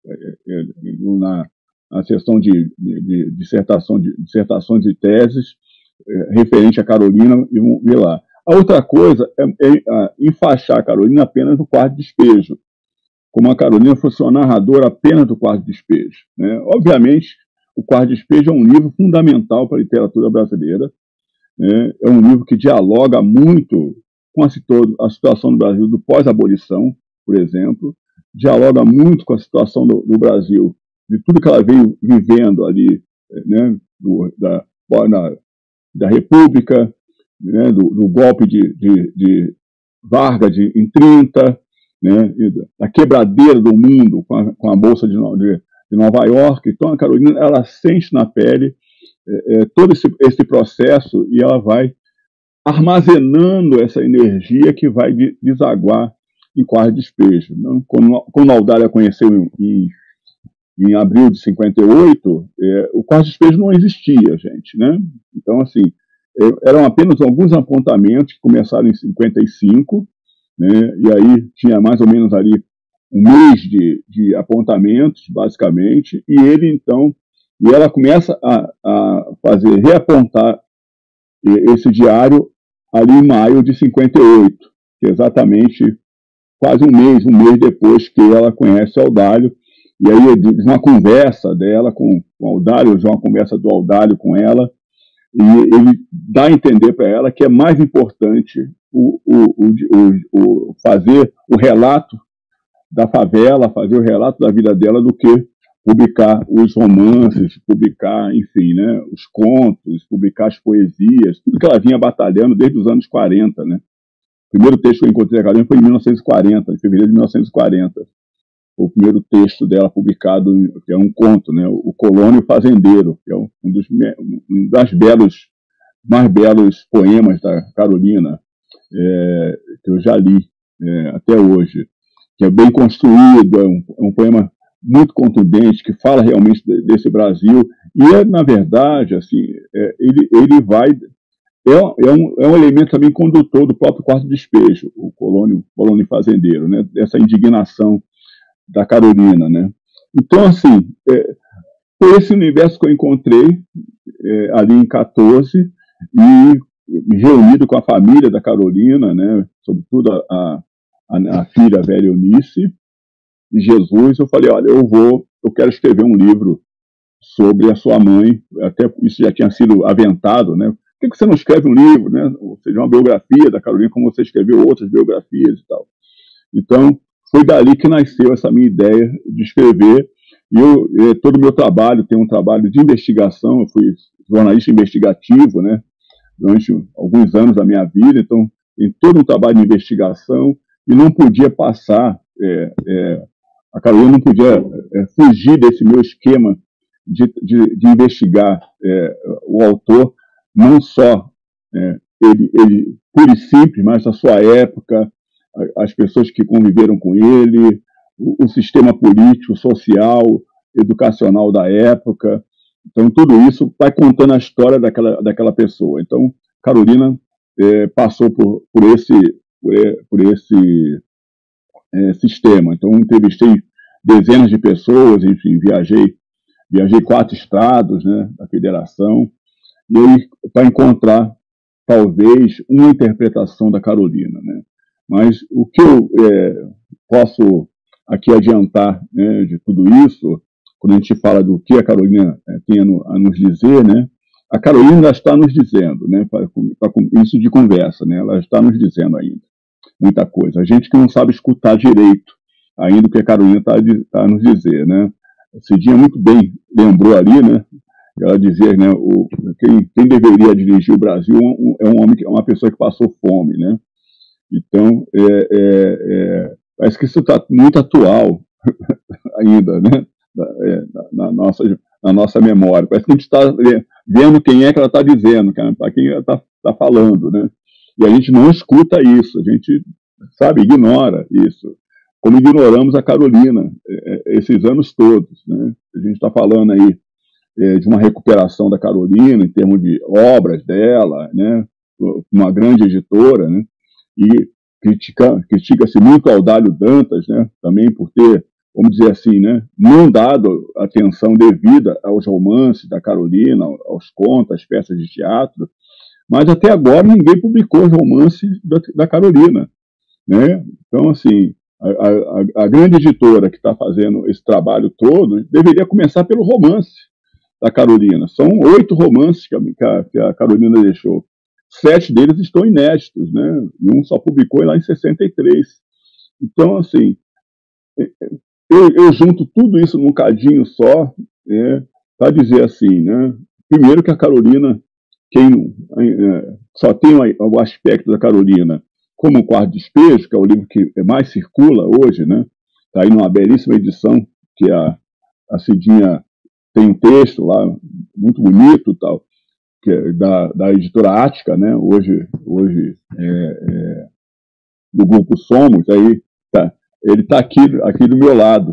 na, na seção de, de, de, dissertação de dissertações e teses é, referente a Carolina, e vão ver lá. A outra coisa é, é, é enfaixar a Carolina apenas no quarto de despejo, como a Carolina fosse uma narradora apenas do quarto de despejo, né? Obviamente, o quarto de despejo é um livro fundamental para a literatura brasileira, né? É um livro que dialoga muito com a, a situação do Brasil do pós-abolição, por exemplo, dialoga muito com a situação do, do Brasil, de tudo que ela veio vivendo ali, né? do, da, da, da República, né? do, do golpe de, de, de Vargas de, em trinta, né? A quebradeira do mundo com a, com a Bolsa de, de, de Nova York. Então, a Carolina, ela sente na pele é, é, todo esse, esse processo e ela vai armazenando essa energia que vai de, desaguar em quarto de despejo. Né? Quando, quando a Audália conheceu em, em, em abril de cinquenta e oito, é, o quarto de despejo não existia, gente. Né? Então, assim, é, eram apenas alguns apontamentos que começaram em cinquenta e cinco, né? E aí tinha mais ou menos ali um mês de, de apontamentos, basicamente, e ele, então, e ela começa a, a fazer, reapontar esse diário ali em maio de cinquenta e oito, que é exatamente quase um mês, um mês depois que ela conhece Audálio, e aí uma conversa dela com o Audálio, uma conversa do Audálio com ela, e ele dá a entender para ela que é mais importante o, o, o, o, fazer o relato da favela, fazer o relato da vida dela, do que publicar os romances, publicar, enfim, né, os contos, publicar as poesias, tudo que ela vinha batalhando desde os anos quarenta. Né? O primeiro texto que eu encontrei a Carolina foi em mil novecentos e quarenta, em fevereiro de mil novecentos e quarenta. O primeiro texto dela publicado, que é um conto, né, O Colono e o Fazendeiro, que é um dos um das belos, mais belos poemas da Carolina, é, que eu já li é, até hoje, que é bem construído, é um, é um poema muito contundente, que fala realmente desse Brasil, e é, na verdade, assim, é, ele, ele vai... É, é, um, é um elemento também condutor do próprio quarto de despejo, o Colono, Colono e Fazendeiro, né, dessa indignação da Carolina, né? Então, assim, é, foi esse universo que eu encontrei é, ali em quatorze, e reunido com a família da Carolina, né, sobretudo a, a, a filha velha Eunice e Jesus, eu falei, olha, eu vou, eu quero escrever um livro sobre a sua mãe, até isso já tinha sido aventado, né? Por que você não escreve um livro, né? Ou seja, uma biografia da Carolina, como você escreveu outras biografias e tal. Então, foi dali que nasceu essa minha ideia de escrever. E eu, todo o meu trabalho, tem um trabalho de investigação, eu fui jornalista investigativo, né, durante alguns anos da minha vida, então tem todo um trabalho de investigação, e não podia passar, é, é, a Carolina não podia é, fugir desse meu esquema de, de, de investigar é, o autor, não só é, ele, ele puro e simples, mas a sua época, as pessoas que conviveram com ele, o, o sistema político, social, educacional da época. Então, tudo isso vai contando a história daquela, daquela pessoa. Então, Carolina é, passou por, por esse, por, por esse é, sistema. Então, entrevistei dezenas de pessoas, enfim, viajei, viajei quatro estados, né, da federação, e aí para encontrar, talvez, uma interpretação da Carolina, né? Mas o que eu é, posso aqui adiantar, né, de tudo isso, quando a gente fala do que a Carolina é, tem a, a nos dizer, né, a Carolina está nos dizendo, né, pra, pra, isso de conversa, né, ela está nos dizendo ainda muita coisa. A gente que não sabe escutar direito ainda o que a Carolina está tá a nos dizer, né. Cidinha muito bem lembrou ali, né, ela dizia, né, o, quem, quem deveria dirigir o Brasil é um homem, é uma pessoa que passou fome, né. Então, é, é, é, parece que isso está muito atual ainda, né, na, na, nossa, na nossa memória. Parece que a gente está vendo quem é que ela está dizendo, para quem ela está tá falando, né, e a gente não escuta isso, a gente, sabe, ignora isso, como ignoramos a Carolina é, esses anos todos, né. A gente está falando aí é, de uma recuperação da Carolina em termos de obras dela, né, uma grande editora, né. E critica, critica-se muito Audálio Dantas, né, também por ter, vamos dizer assim, né, não dado atenção devida aos romances da Carolina, aos contos, às peças de teatro, mas até agora ninguém publicou os romances da, da Carolina, né? Então, assim, a, a, a grande editora que está fazendo esse trabalho todo deveria começar pelo romance da Carolina. São oito romances que a, que a Carolina deixou. Sete deles estão inéditos, né? E um só publicou lá em sessenta e três. Então, assim, eu, eu junto tudo isso num cadinho só, né, para dizer assim, né? Primeiro que a Carolina, quem é, só tem o aspecto da Carolina como o Quarto Despejo, que é o livro que mais circula hoje, né? Está aí numa belíssima edição, que a, a Cidinha tem um texto lá, muito bonito, tal, que é da, da editora Ática, né? Hoje, hoje é, é, do grupo Somos, aí tá, ele está aqui, aqui do meu lado,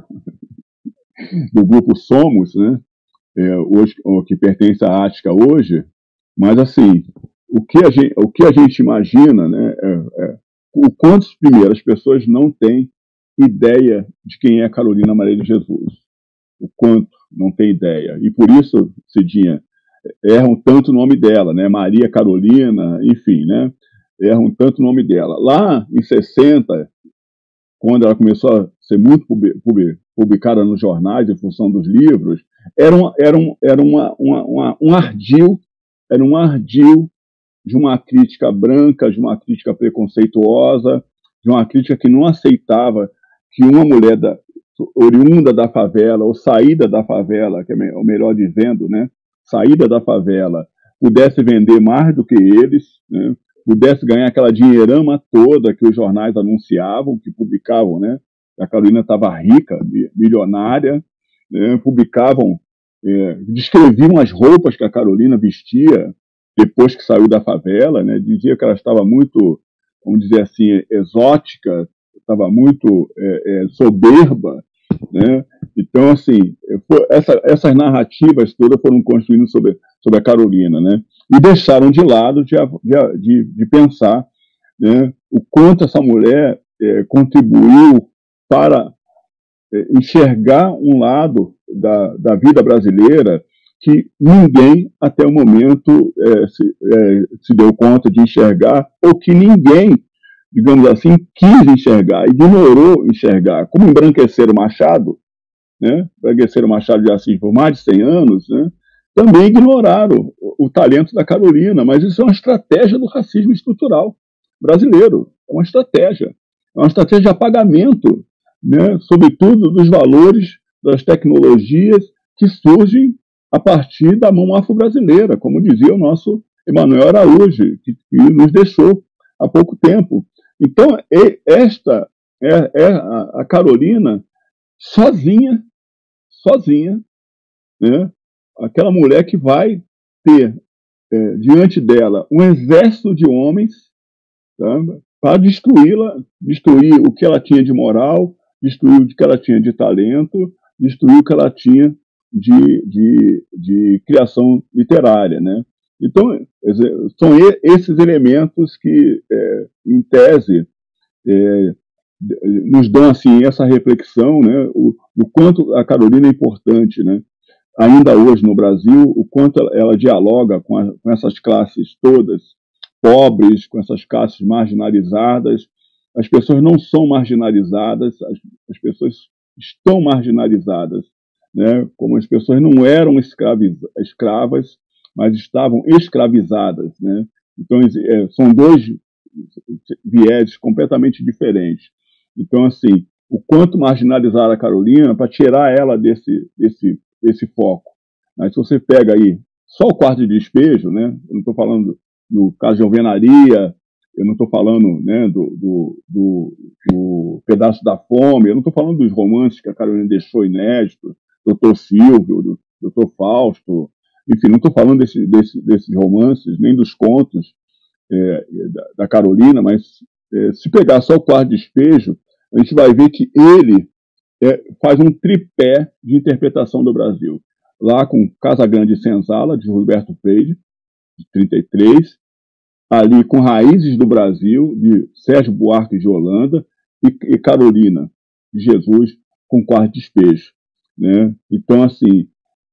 do grupo Somos, né? É, hoje, o que pertence à Ática hoje, mas assim, o que a gente, o que a gente imagina, né? É, é, o quanto, primeiro, as pessoas não têm ideia de quem é Carolina Maria de Jesus. O quanto não tem ideia. E por isso, Cidinha, erram tanto o nome dela, né? Maria Carolina, enfim, né? Erram tanto o nome dela. Lá em sessenta, quando ela começou a ser muito publicada nos jornais em função dos livros, era, um, era, um, era uma, uma, uma, um ardil, era um ardil de uma crítica branca, de uma crítica preconceituosa, de uma crítica que não aceitava que uma mulher da, oriunda da favela, ou saída da favela, que é o melhor dizendo, né, saída da favela, pudesse vender mais do que eles, né, pudesse ganhar aquela dinheirama toda que os jornais anunciavam, que publicavam, né, a Carolina estava rica, milionária, né, publicavam, é, descreviam as roupas que a Carolina vestia depois que saiu da favela, né, dizia que ela estava muito, vamos dizer assim, exótica, estava muito é, é, soberba, né? Então, assim, essa, essas narrativas todas foram construídas sobre, sobre a Carolina, né? E deixaram de lado de, de, de pensar, né, o quanto essa mulher é, contribuiu para é, enxergar um lado da, da vida brasileira que ninguém, até o momento, é, se, é, se deu conta de enxergar, ou que ninguém, digamos assim, quis enxergar, ignorou enxergar, como embranqueceram Machado, né? Embranqueceram Machado de Assis por mais de cem anos, né? Também ignoraram o, o talento da Carolina, mas isso é uma estratégia do racismo estrutural brasileiro, é uma estratégia, é uma estratégia de apagamento, né? Sobretudo dos valores, das tecnologias que surgem a partir da mão afro-brasileira, como dizia o nosso Emanuel Araújo, que, que nos deixou há pouco tempo. Então, esta é, é a Carolina sozinha, sozinha, né? Aquela mulher que vai ter é, diante dela um exército de homens, tá? Para destruí-la, destruir o que ela tinha de moral, destruir o que ela tinha de talento, destruir o que ela tinha de, de, de criação literária, né? Então, são esses elementos que, é, em tese, é, nos dão assim, essa reflexão, né, o, o quanto a Carolina é importante, né, ainda hoje no Brasil, o quanto ela, ela dialoga com, a, com essas classes todas pobres, com essas classes marginalizadas. As pessoas não são marginalizadas, as, as pessoas estão marginalizadas, né, como as pessoas não eram escraviz, escravas, mas estavam escravizadas, né? Então, é, são dois viés completamente diferentes. Então, assim, o quanto marginalizar a Carolina para tirar ela desse, desse, desse foco. Mas se você pega aí só o Quarto de Despejo, né? Eu não estou falando no caso de Alvenaria, eu não estou falando, né, do, do, do, do Pedaço da Fome, eu não estou falando dos romances que a Carolina deixou inéditos, doutor Silvio, do, doutor Fausto, enfim, não estou falando desse, desse, desses romances, nem dos contos é, da, da Carolina, mas é, se pegar só o Quarto Despejo, a gente vai ver que ele é, faz um tripé de interpretação do Brasil. Lá com Casa Grande e Senzala, de Gilberto Freire, de trinta e três, ali com Raízes do Brasil, de Sérgio Buarque de Holanda, e, e Carolina de Jesus, com Quarto Despejo. Né? Então, assim,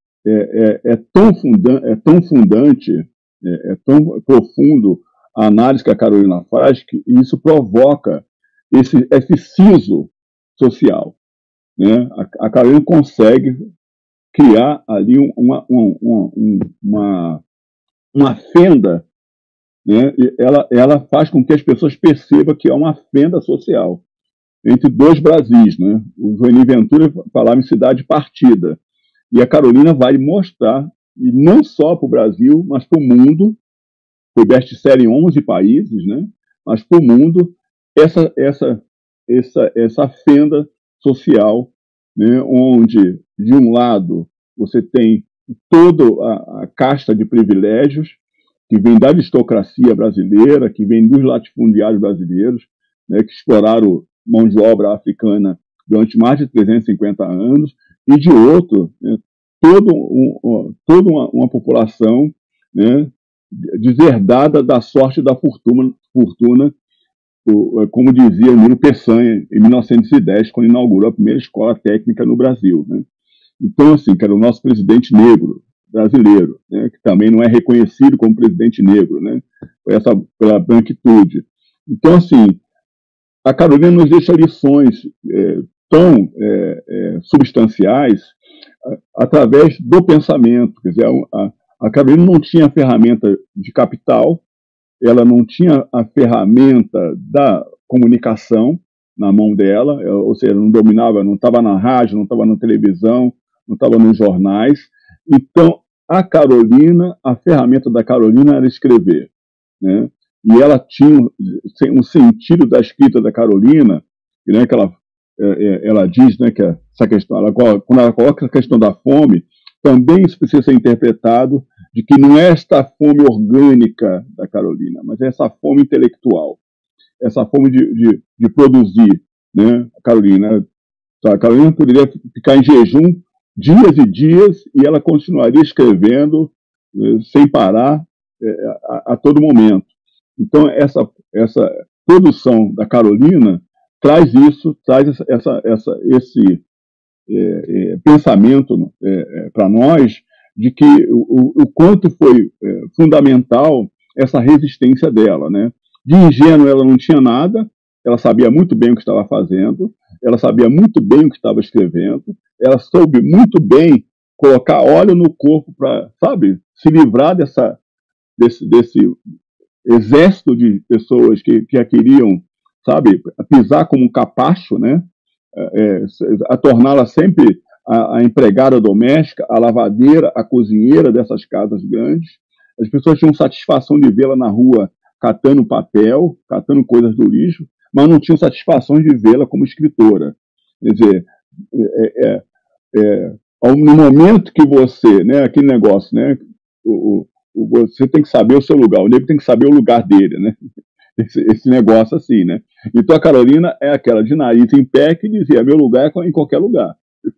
é, é, é, tão, funda é tão fundante, é, é tão profundo a análise que a Carolina faz, que isso provoca esse, esse siso social. Né? A, a Carolina consegue criar ali uma, uma, uma, uma, uma fenda, né? E ela, ela faz com que as pessoas percebam que é uma fenda social entre dois Brasis. Né? O Joanim Ventura falava em cidade partida, e a Carolina vai mostrar, e não só para o Brasil, mas para o mundo, foi best-seller em onze países, né? Mas para o mundo, essa, essa, essa, essa fenda social, né? Onde, de um lado, você tem toda a, a casta de privilégios que vem da aristocracia brasileira, que vem dos latifundiários brasileiros, né? Que exploraram mão de obra africana durante mais de trezentos e cinquenta anos, e de outro, né? todo um, toda uma, uma população, né? Deserdada da sorte da fortuna, fortuna, como dizia o Nilo Peçanha, em mil novecentos e dez, quando inaugurou a primeira escola técnica no Brasil. Né? Então, assim, que era o nosso presidente negro brasileiro, né? Que também não é reconhecido como presidente negro, né? Por essa, pela branquitude. Então, assim, a Carolina nos deixa lições é, tão é, é, substanciais a, através do pensamento. Quer dizer, a, a Carolina não tinha a ferramenta de capital, ela não tinha a ferramenta da comunicação na mão dela, ou seja, não dominava, não estava na rádio, não estava na televisão, não estava nos jornais. Então, a Carolina, a ferramenta da Carolina era escrever. Né? E ela tinha um sentido da escrita da Carolina, né, que ela, ela diz, né, que essa questão, ela, quando ela coloca a questão da fome, também isso precisa ser interpretado de que não é esta fome orgânica da Carolina, mas é essa fome intelectual, essa fome de, de, de produzir. Né? A Carolina, a Carolina poderia ficar em jejum dias e dias e ela continuaria escrevendo eh, sem parar eh, a, a todo momento. Então, essa, essa produção da Carolina traz isso, traz essa, essa, essa, esse é, é, pensamento é, é, para nós de que o, o quanto foi é, fundamental essa resistência dela. Né? De ingênuo ela não tinha nada, ela sabia muito bem o que estava fazendo, ela sabia muito bem o que estava escrevendo, ela soube muito bem colocar óleo no corpo para, sabe, se livrar dessa, desse, desse exército de pessoas que, que a queriam, sabe, pisar como um capacho, né? É, a torná-la sempre a, a empregada doméstica, a lavadeira, a cozinheira dessas casas grandes. As pessoas tinham satisfação de vê-la na rua catando papel, catando coisas do lixo, mas não tinham satisfação de vê-la como escritora. Quer dizer, é, é, é, no momento que você, né, aquele negócio, né, o, o, você tem que saber o seu lugar, o negro tem que saber o lugar dele, né? Esse, esse negócio assim, né? Então a Carolina é aquela de nariz em pé que dizia: meu lugar é em qualquer lugar.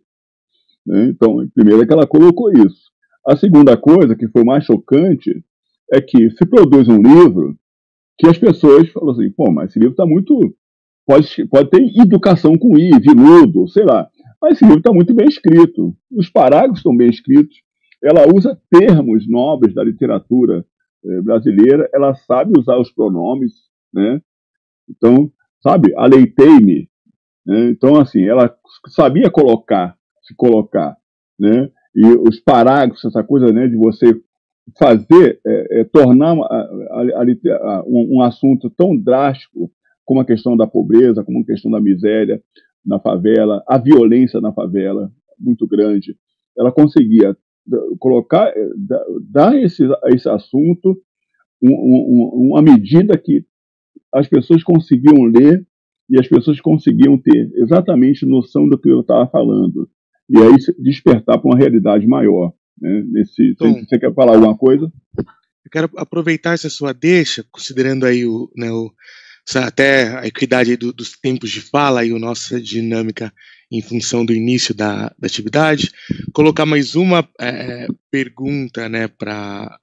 Né? Então, primeiro é que ela colocou isso. A segunda coisa, que foi mais chocante, é que se produz um livro que as pessoas falam assim: pô, mas esse livro está muito. Pode, pode ter educação com I, viludo, sei lá. Mas esse livro está muito bem escrito. Os parágrafos estão bem escritos. Ela usa termos nobres da literatura eh, brasileira, ela sabe usar os pronomes, né? Então, sabe, aleitei-me. Né? Então, assim, ela sabia colocar, se colocar, né? E os parágrafos, essa coisa, né, de você fazer, é, é, tornar a, a, a, um, um assunto tão drástico como a questão da pobreza, como a questão da miséria na favela, a violência na favela, muito grande. Ela conseguia colocar, dar a esse, a esse assunto um, um, uma medida que as pessoas conseguiam ler e as pessoas conseguiam ter exatamente noção do que eu estava falando. E aí despertar para uma realidade maior. Né? Nesse, Tom, você quer falar alguma coisa? Eu quero aproveitar essa sua deixa, considerando aí o, né, o, até a equidade do, dos tempos de fala e a nossa dinâmica em função do início da, da atividade, colocar mais uma é, pergunta, né, para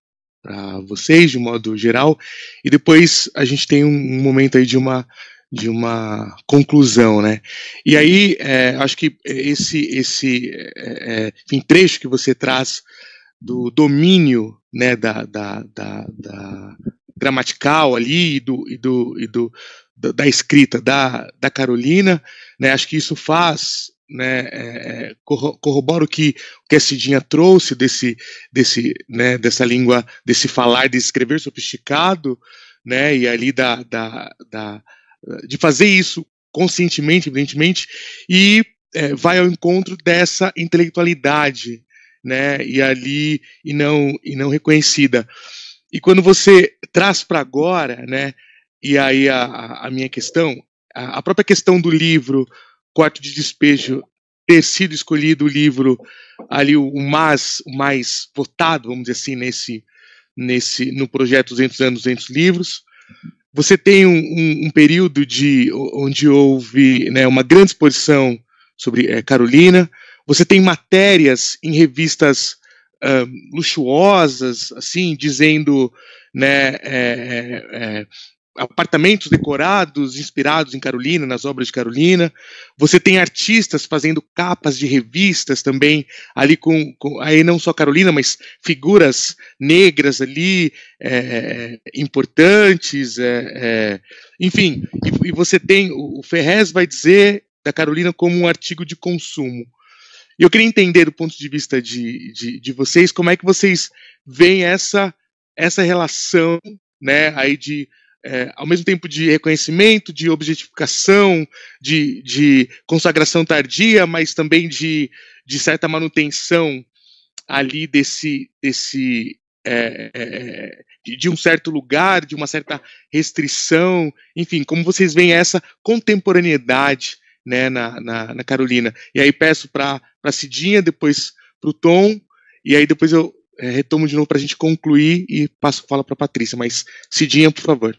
para vocês, de modo geral, e depois a gente tem um, um momento aí de uma, de uma conclusão, né? E aí, é, acho que esse, esse é, enfim, trecho que você traz do domínio, né, da, da, da, da gramatical ali e, do, e, do, e do, da, da escrita da, da Carolina, né, acho que isso faz, né, é, corrobora o que, o que a Cidinha trouxe desse, desse, né, dessa língua, desse falar, de escrever sofisticado, né, e ali da, da, da, de fazer isso conscientemente, evidentemente, e é, vai ao encontro dessa intelectualidade, né, e ali e não e não reconhecida. E quando você traz para agora, né, e aí a, a minha questão, a, a própria questão do livro Quarto de Despejo ter sido escolhido o livro ali o, o mais o mais votado, vamos dizer assim, nesse nesse no projeto duzentos anos, duzentos livros. Você tem um, um, um período de onde houve, né, uma grande exposição sobre é, Carolina. Você tem matérias em revistas uh, luxuosas, assim, dizendo, né, é, é, apartamentos decorados, inspirados em Carolina, nas obras de Carolina. Você tem artistas fazendo capas de revistas também, ali com, com aí não só Carolina, mas figuras negras ali, é, importantes, é, é, enfim. E, e você tem, o Ferrez vai dizer da Carolina como um artigo de consumo. E eu queria entender, do ponto de vista de, de, de vocês, como é que vocês veem essa, essa relação, né, aí de, é, ao mesmo tempo de reconhecimento, de objetificação, de, de consagração tardia, mas também de, de certa manutenção ali desse, desse é, é, de, de um certo lugar, de uma certa restrição, enfim, como vocês veem essa contemporaneidade, né, na, na, na Carolina. E aí peço para a Cidinha, depois para o Tom, e aí depois eu é, retomo de novo para a gente concluir e passo a fala para a Patrícia. Mas, Cidinha, por favor.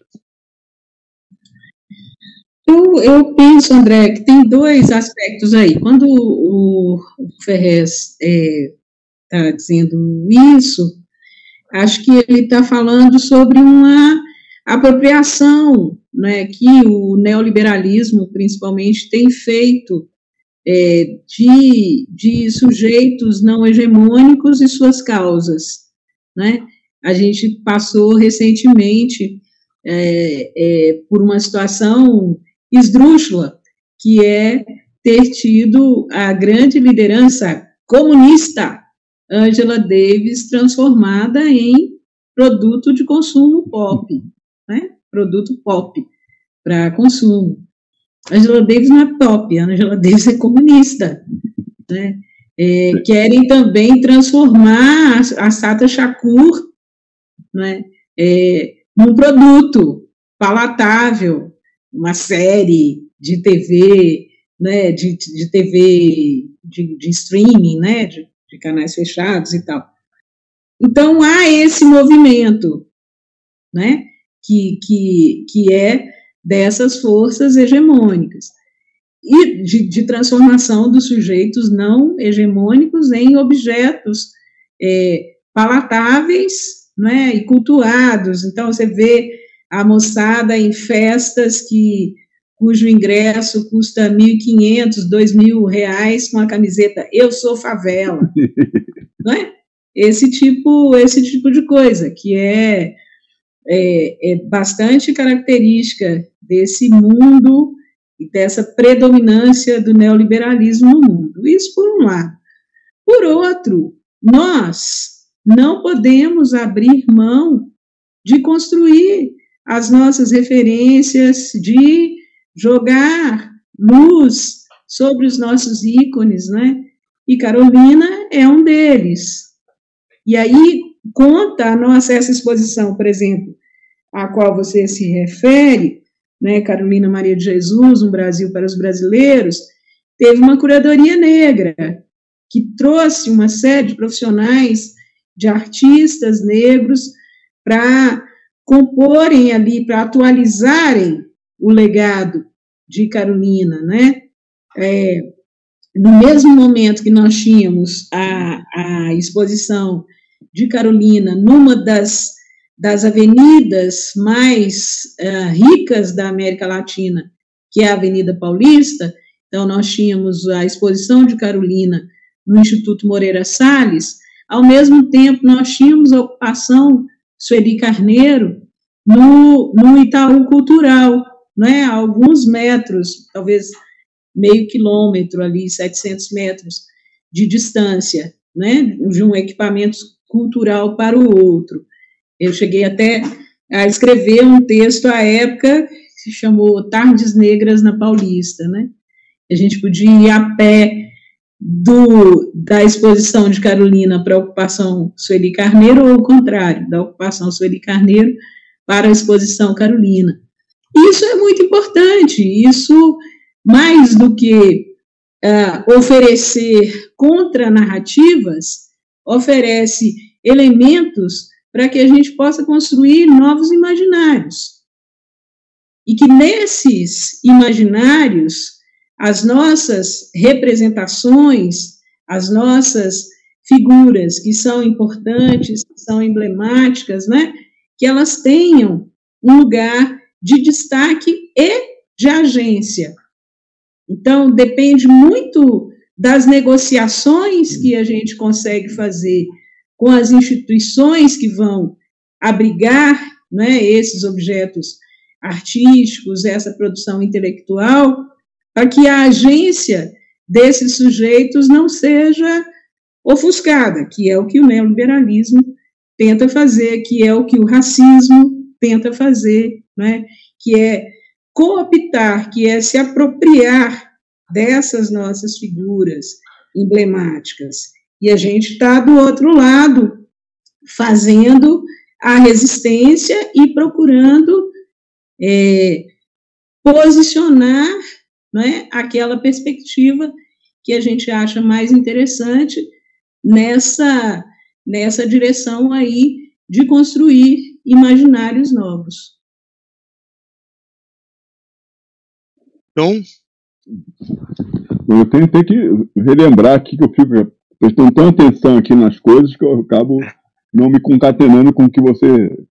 Eu, eu penso, André, que tem dois aspectos aí. Quando o, o Ferrez está é, dizendo isso, acho que ele está falando sobre uma apropriação, né, que o neoliberalismo, principalmente, tem feito é, de, de sujeitos não hegemônicos e suas causas, né? A gente passou recentemente é, é, por uma situação esdrúxula, que é ter tido a grande liderança comunista Angela Davis transformada em produto de consumo pop, né? Produto pop para consumo. Angela Davis não é pop, Angela Davis é comunista, né? É, querem também transformar a, a Sata Shakur, né, é, num produto palatável, uma série de T V, né, de, de T V de, de streaming, né, de, de canais fechados e tal. Então, há esse movimento, né, que, que, que é dessas forças hegemônicas e de, de transformação dos sujeitos não hegemônicos em objetos é, palatáveis, né, e cultuados. Então, você vê a moçada em festas que, cujo ingresso custa mil e quinhentos, dois mil reais com a camiseta "Eu sou favela", não é? Esse tipo, esse tipo de coisa, que é, é, é bastante característica desse mundo e dessa predominância do neoliberalismo no mundo. Isso por um lado. Por outro, nós não podemos abrir mão de construir as nossas referências, de jogar luz sobre os nossos ícones, né? E Carolina é um deles. E aí conta a nossa essa exposição, por exemplo, a qual você se refere, né, Carolina Maria de Jesus, Um Brasil para os Brasileiros, teve uma curadoria negra, que trouxe uma série de profissionais, de artistas negros, para comporem ali, para atualizarem o legado de Carolina, né? É, no mesmo momento que nós tínhamos a, a exposição de Carolina numa das das avenidas mais uh, ricas da América Latina, que é a Avenida Paulista. Então, nós tínhamos a exposição de Carolina no Instituto Moreira Salles. Ao mesmo tempo, nós tínhamos a ocupação Sueli Carneiro no, no Itaú Cultural, né, a alguns metros, talvez meio quilômetro ali, setecentos metros de distância, né, de um equipamento cultural para o outro. Eu cheguei até a escrever um texto à época que se chamou Tardes Negras na Paulista, né? A gente podia ir a pé do, da exposição de Carolina para a ocupação Sueli Carneiro, ou ao contrário, da ocupação Sueli Carneiro para a exposição Carolina. Isso é muito importante, isso, mais do que uh, oferecer contranarrativas, oferece elementos para que a gente possa construir novos imaginários. E que nesses imaginários, as nossas representações, as nossas figuras que são importantes, que são emblemáticas, né, que elas tenham um lugar de destaque e de agência. Então, depende muito das negociações que a gente consegue fazer com as instituições que vão abrigar, né, esses objetos artísticos, essa produção intelectual, para que a agência desses sujeitos não seja ofuscada, que é o que o neoliberalismo tenta fazer, que é o que o racismo tenta fazer, né, que é cooptar, que é se apropriar dessas nossas figuras emblemáticas. E a gente está do outro lado, fazendo a resistência e procurando é, posicionar, né, aquela perspectiva que a gente acha mais interessante nessa, nessa direção aí de construir imaginários novos. Então, eu tenho, tenho que relembrar aqui que eu fico prestando tanta atenção aqui nas coisas que eu acabo não me concatenando com o que você...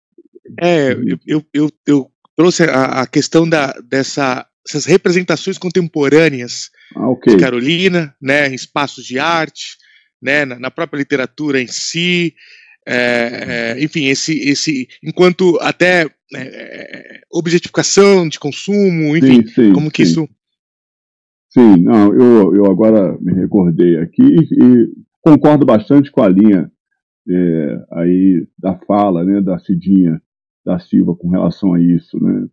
É, eu, eu, eu, eu trouxe a, a questão da, dessa, dessas representações contemporâneas ah, okay. de Carolina, né, em espaços de arte, né, na, na própria literatura em si, é, é, enfim, esse, esse, enquanto até é, objetificação de consumo, enfim, sim, sim, como que sim. isso... Sim, não, eu, eu agora me recordei aqui e, e concordo bastante com a linha é, aí da fala, né, da Cidinha da Silva com relação a isso, né,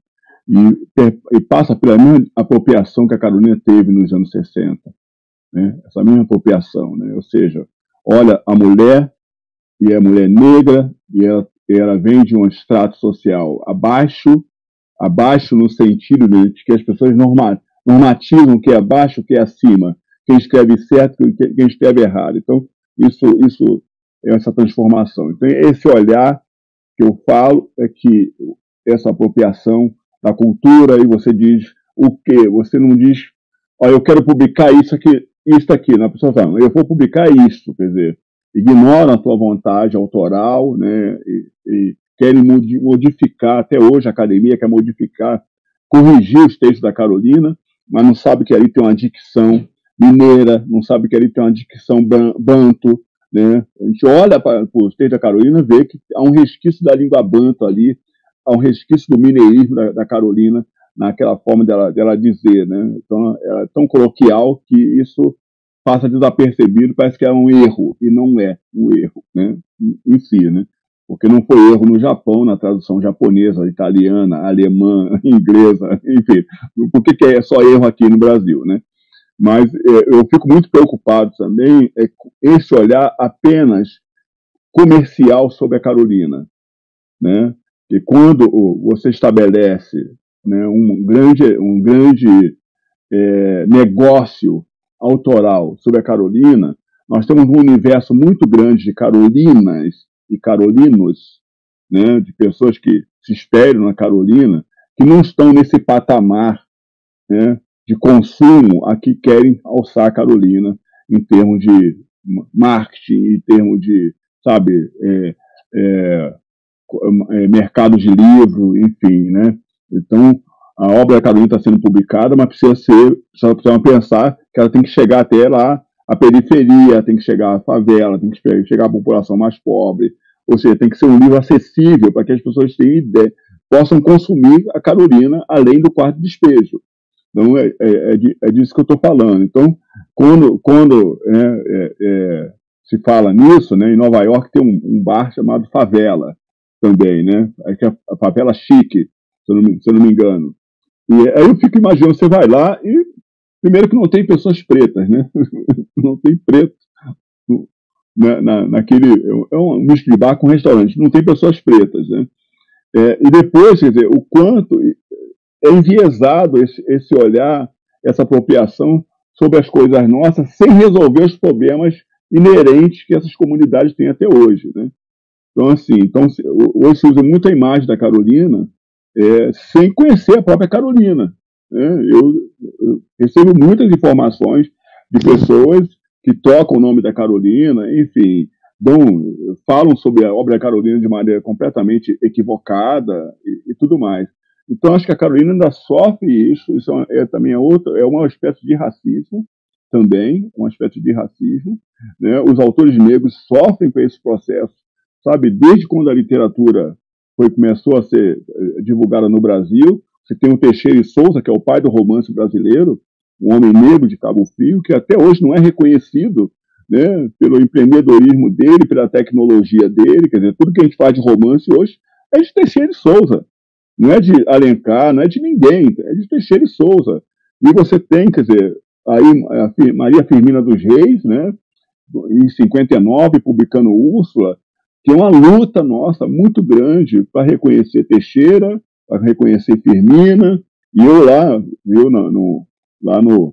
e, e passa pela mesma apropriação que a Carolina teve nos anos sessenta, né, essa mesma apropriação, né, ou seja, olha a mulher, e é mulher negra, e ela, ela vem de um extrato social abaixo, abaixo no sentido de que as pessoas normais normatizam o que é abaixo, o que é acima, quem escreve certo, quem escreve errado. Então, isso, isso é essa transformação. Então, esse olhar que eu falo é que essa apropriação da cultura, e você diz o quê? Você não diz, olha, eu quero publicar isso aqui, isso aqui. Na pessoa fala, eu vou publicar isso, quer dizer, ignora a tua vontade autoral, né, e, e querem modificar, até hoje a academia quer modificar, corrigir os textos da Carolina, mas não sabe que ali tem uma dicção mineira, não sabe que ali tem uma dicção banto, né? A gente olha para os textos da Carolina e vê que há um resquício da língua banto ali, há um resquício do mineirismo da, da Carolina naquela forma dela, dela dizer, né? Então, é tão coloquial que isso passa desapercebido, parece que é um erro, e não é um erro, né? Em, em si, né? Porque não foi erro no Japão, na tradução japonesa, italiana, alemã, inglesa, enfim. Por que, que é só erro aqui no Brasil, né? Mas é, eu fico muito preocupado também é, com esse olhar apenas comercial sobre a Carolina, né? E quando você estabelece, né, um grande, um grande é, negócio autoral sobre a Carolina, nós temos um universo muito grande de Carolinas e carolinos, né, de pessoas que se espelham na Carolina, que não estão nesse patamar, né, de consumo a que querem alçar a Carolina em termos de marketing, em termos de, sabe, é, é, é, mercado de livro, enfim, né? Então, a obra da Carolina está sendo publicada, mas precisa ser, precisa pensar que ela tem que chegar até lá, a periferia, tem que chegar à favela, tem que chegar à população mais pobre, ou seja, tem que ser um livro acessível para que as pessoas tenham ideia, possam consumir a Carolina além do quarto despejo. Então, é, é, é disso que eu estou falando. Então, quando, quando é, é, é, se fala nisso, né, em Nova York tem um, um bar chamado Favela também, né, é a Favela Chique, se eu não, se eu não me engano. E aí eu fico imaginando, você vai lá e, primeiro que não tem pessoas pretas, né, não tem preto na, na, naquele, é um misto de bar com restaurante, não tem pessoas pretas, né. É, e depois, quer dizer, o quanto é enviesado esse, esse olhar, essa apropriação sobre as coisas nossas, sem resolver os problemas inerentes que essas comunidades têm até hoje, né? Então, assim, então, hoje se usa muito a imagem da Carolina é, sem conhecer a própria Carolina, né? Eu, eu recebo muitas informações de pessoas que tocam o nome da Carolina, enfim, dão, falam sobre a obra da Carolina de maneira completamente equivocada e, e tudo mais. Então, acho que a Carolina ainda sofre isso, isso é, é também é, outra, é uma espécie de racismo, também, uma espécie de racismo, né? Os autores negros sofrem com esse processo, sabe, desde quando a literatura foi, começou a ser eh, divulgada no Brasil. Você tem o Teixeira de Souza, que é o pai do romance brasileiro, um homem negro de Cabo Frio, que até hoje não é reconhecido, né, pelo empreendedorismo dele, pela tecnologia dele, quer dizer, tudo que a gente faz de romance hoje é de Teixeira de Souza. Não é de Alencar, não é de ninguém, é de Teixeira de Souza. E você tem, quer dizer, aí a Maria Firmina dos Reis, né, em cinquenta e nove, publicando Úrsula, que é uma luta nossa muito grande para reconhecer Teixeira, para reconhecer Firmina, e eu lá, eu no, no, lá no,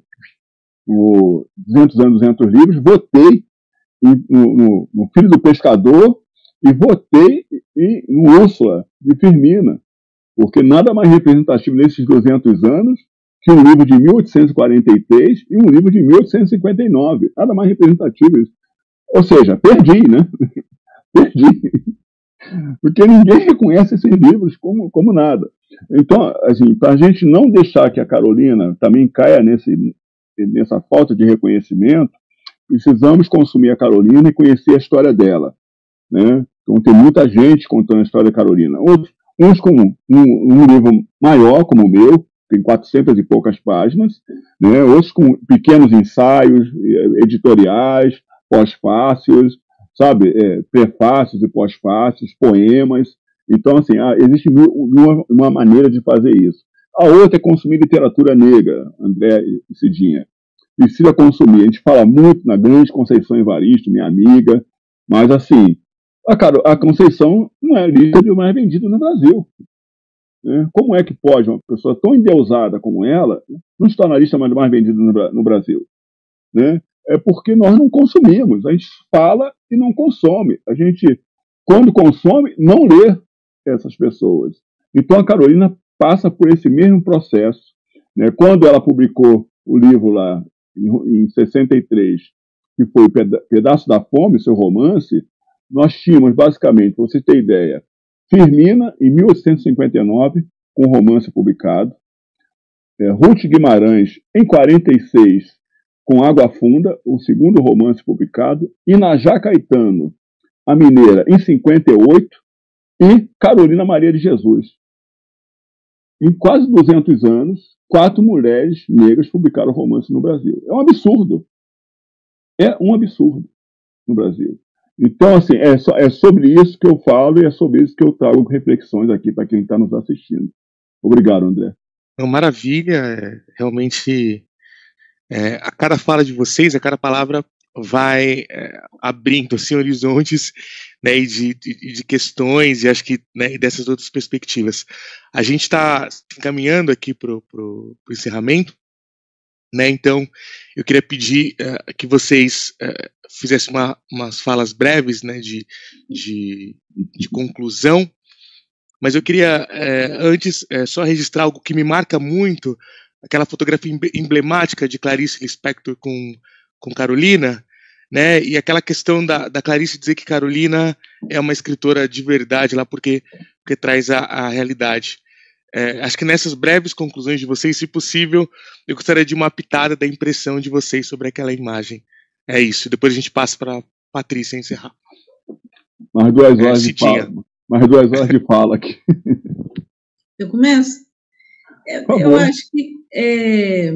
no duzentos anos, duzentos livros, votei em, no, no, no Filho do Pescador e votei em, no Úrsula, de Firmina, porque nada mais representativo nesses duzentos anos que um livro de mil oitocentos e quarenta e três e um livro de mil oitocentos e cinquenta e nove. Nada mais representativo isso. Ou seja, perdi, né? Perdi. Porque ninguém reconhece esses livros como, como nada. Então, assim, para a gente não deixar que a Carolina também caia nesse, nessa falta de reconhecimento, precisamos consumir a Carolina e conhecer a história dela, né? Então, tem muita gente contando a história da Carolina. Outros, uns com um, um livro maior, como o meu, tem quatrocentas e poucas páginas, né? Outros com pequenos ensaios editoriais, pós-fácios, sabe, é, prefácios e pós-fácios, poemas. Então, assim, existe uma, uma maneira de fazer isso. A outra é consumir literatura negra, André e Cidinha. Precisa consumir. A gente fala muito na grande Conceição Evaristo, minha amiga, mas, assim, a, cara, a Conceição não é a lista de mais vendida no Brasil. Né? Como é que pode uma pessoa tão endeusada como ela não estar na lista mais, mais vendida no, no Brasil? Né? É porque nós não consumimos. A gente fala e não consome. A gente, quando consome, não lê essas pessoas. Então, a Carolina passa por esse mesmo processo. Né? Quando ela publicou o livro lá, em, em sessenta e três, que foi Pedaço da Fome, seu romance, nós tínhamos, basicamente, para você ter ideia, Firmina, em mil oitocentos e cinquenta e nove, com romance publicado, é, Ruth Guimarães, em quarenta e seis, com Água Funda, o segundo romance publicado, e Najá Caetano, a Mineira, em cinquenta e oito, e Carolina Maria de Jesus. Em quase duzentos anos, quatro mulheres negras publicaram romance no Brasil. É um absurdo. É um absurdo no Brasil. Então, assim, é, so, é sobre isso que eu falo e é sobre isso que eu trago reflexões aqui para quem está nos assistindo. Obrigado, André. Não, maravilha. É, realmente, é, a cada fala de vocês, a cada palavra vai é, abrindo assim, horizontes, né, de, de, de questões e acho que, né, dessas outras perspectivas. A gente está encaminhando aqui para o encerramento, né, então eu queria pedir uh, que vocês uh, fizessem uma, umas falas breves, né, de, de, de conclusão, mas eu queria uh, antes uh, só registrar algo que me marca muito, aquela fotografia emblemática de Clarice Lispector com, com Carolina, né? E aquela questão da, da Clarice dizer que Carolina é uma escritora de verdade lá, porque, porque traz a, a realidade. É, acho que nessas breves conclusões de vocês, se possível, eu gostaria de uma pitada da impressão de vocês sobre aquela imagem. É isso, depois a gente passa para Patrícia encerrar. Mais duas É, horas de Cidinha. fala. Mais duas horas de fala aqui. Eu começo? Eu, eu acho que é,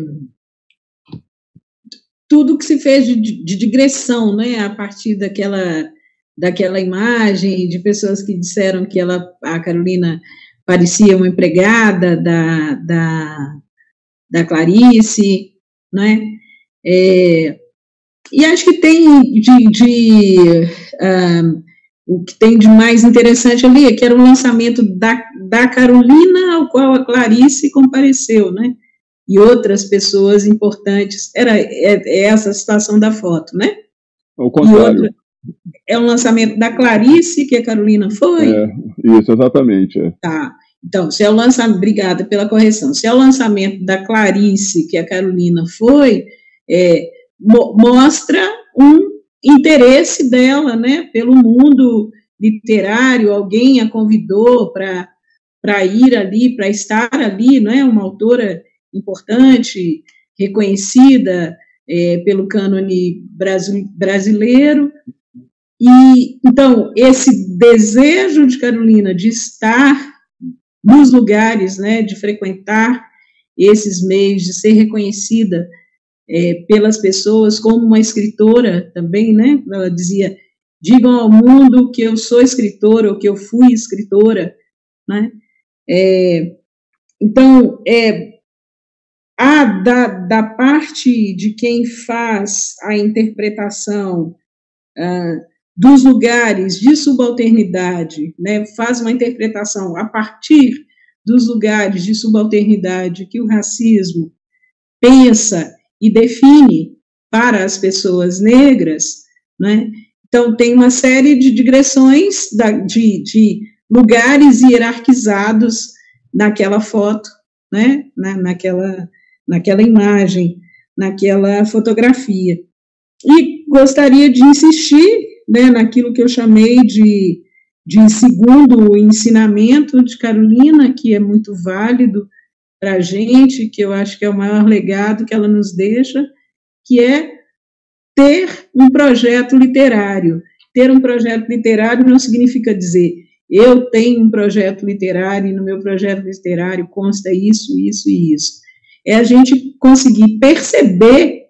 tudo que se fez de, de digressão, né, a partir daquela, daquela imagem de pessoas que disseram que ela, a Carolina parecia uma empregada da, da, da Clarice, né? É, e acho que tem de, de uh, o que tem de mais interessante ali é que era o lançamento da, da Carolina, ao qual a Clarice compareceu, né? E outras pessoas importantes. Era é, é essa a situação da foto, né? Ao contrário. Outra, é um lançamento da Clarice que a Carolina foi? É, isso, exatamente. É. Tá. Então, se é o lançamento, obrigada pela correção, se é o lançamento da Clarice que a Carolina foi, é, mo mostra um interesse dela, né, pelo mundo literário, alguém a convidou para para ir ali, para estar ali, não é, uma autora importante, reconhecida é, pelo cânone brasi brasileiro, e então esse desejo de Carolina de estar nos lugares, né, de frequentar esses meios, de ser reconhecida é, pelas pessoas como uma escritora também, né, ela dizia, digam ao mundo que eu sou escritora, ou que eu fui escritora, né, é, então, é, a da, da parte de quem faz a interpretação ah, dos lugares de subalternidade, né, faz uma interpretação a partir dos lugares de subalternidade que o racismo pensa e define para as pessoas negras, né? Então, tem uma série de digressões da, de, de lugares hierarquizados naquela foto, né? Na, naquela, naquela imagem, naquela fotografia. E gostaria de insistir, né, naquilo que eu chamei de, de segundo ensinamento de Carolina, que é muito válido para a gente, que eu acho que é o maior legado que ela nos deixa, que é ter um projeto literário. Ter um projeto literário não significa dizer, eu tenho um projeto literário e no meu projeto literário consta isso, isso e isso. É a gente conseguir perceber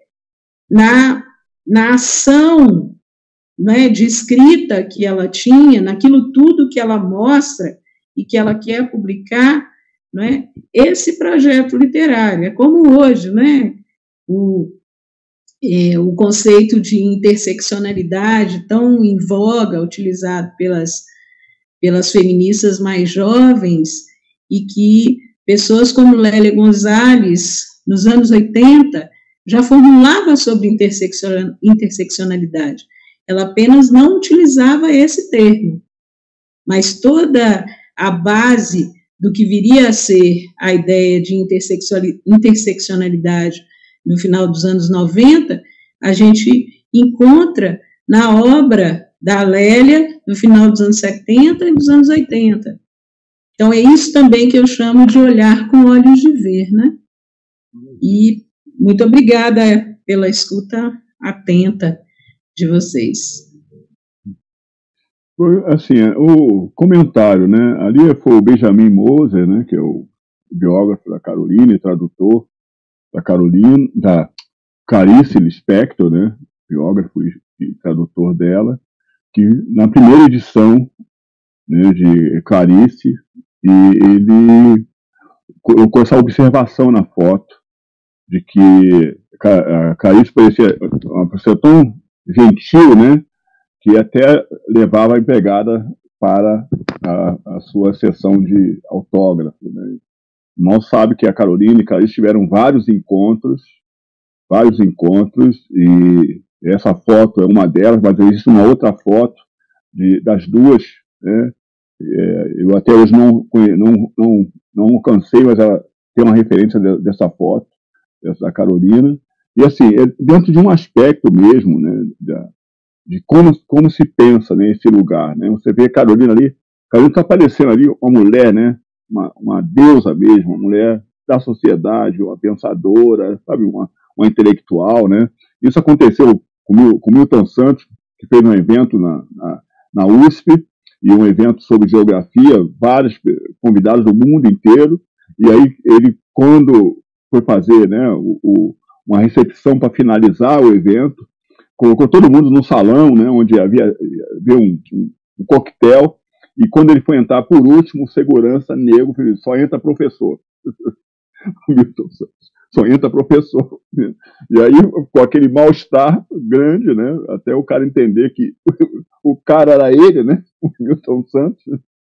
na, na ação, né, de escrita que ela tinha, naquilo tudo que ela mostra e que ela quer publicar, né, esse projeto literário. É como hoje, né, o, é, o conceito de interseccionalidade tão em voga, utilizado pelas, pelas feministas mais jovens, e que pessoas como Lélia Gonzalez, nos anos oitenta, já formulava sobre interseccion, interseccionalidade. Ela apenas não utilizava esse termo, mas toda a base do que viria a ser a ideia de interseccionalidade no final dos anos noventa, a gente encontra na obra da Lélia no final dos anos setenta e dos anos oitenta. Então, é isso também que eu chamo de olhar com olhos de ver, né? E muito obrigada pela escuta atenta de vocês. Assim, o comentário, né? Ali foi o Benjamin Moser, né? Que é o biógrafo da Carolina e tradutor da Carolina, da Clarice Lispector, né? Biógrafo e tradutor dela, que na primeira edição, né, de Clarice, e ele colocou essa observação na foto de que a Clarice parecia uma pessoa tão gentil, né, que até levava a empregada para a, a sua sessão de autógrafo, né. Mal sabe que a Carolina e a Clarice tiveram vários encontros, vários encontros, e essa foto é uma delas, mas existe uma outra foto de, das duas, né. É, eu até hoje não, não, não, não alcancei, mas ela tem uma referência de, dessa foto, dessa Carolina, E assim, é dentro de um aspecto mesmo, né, da, de como, como se pensa, né, esse lugar, né? Você vê a Carolina ali, Carolina está aparecendo ali uma mulher, né, uma, uma deusa mesmo, uma mulher da sociedade, uma pensadora, sabe, uma, uma intelectual, né? Isso aconteceu com, Mil, com Milton Santos, que fez um evento na, na, na U S P, e um evento sobre geografia, vários convidados do mundo inteiro, e aí ele, quando foi fazer, né, o, o, uma recepção para finalizar o evento, colocou todo mundo num salão, né, onde havia, havia um, um, um coquetel, e quando ele foi entrar por último, o segurança negro falou, só entra professor. Só entra professor. E aí, com aquele mal-estar grande, né, até o cara entender que o cara era ele, né, o Milton Santos.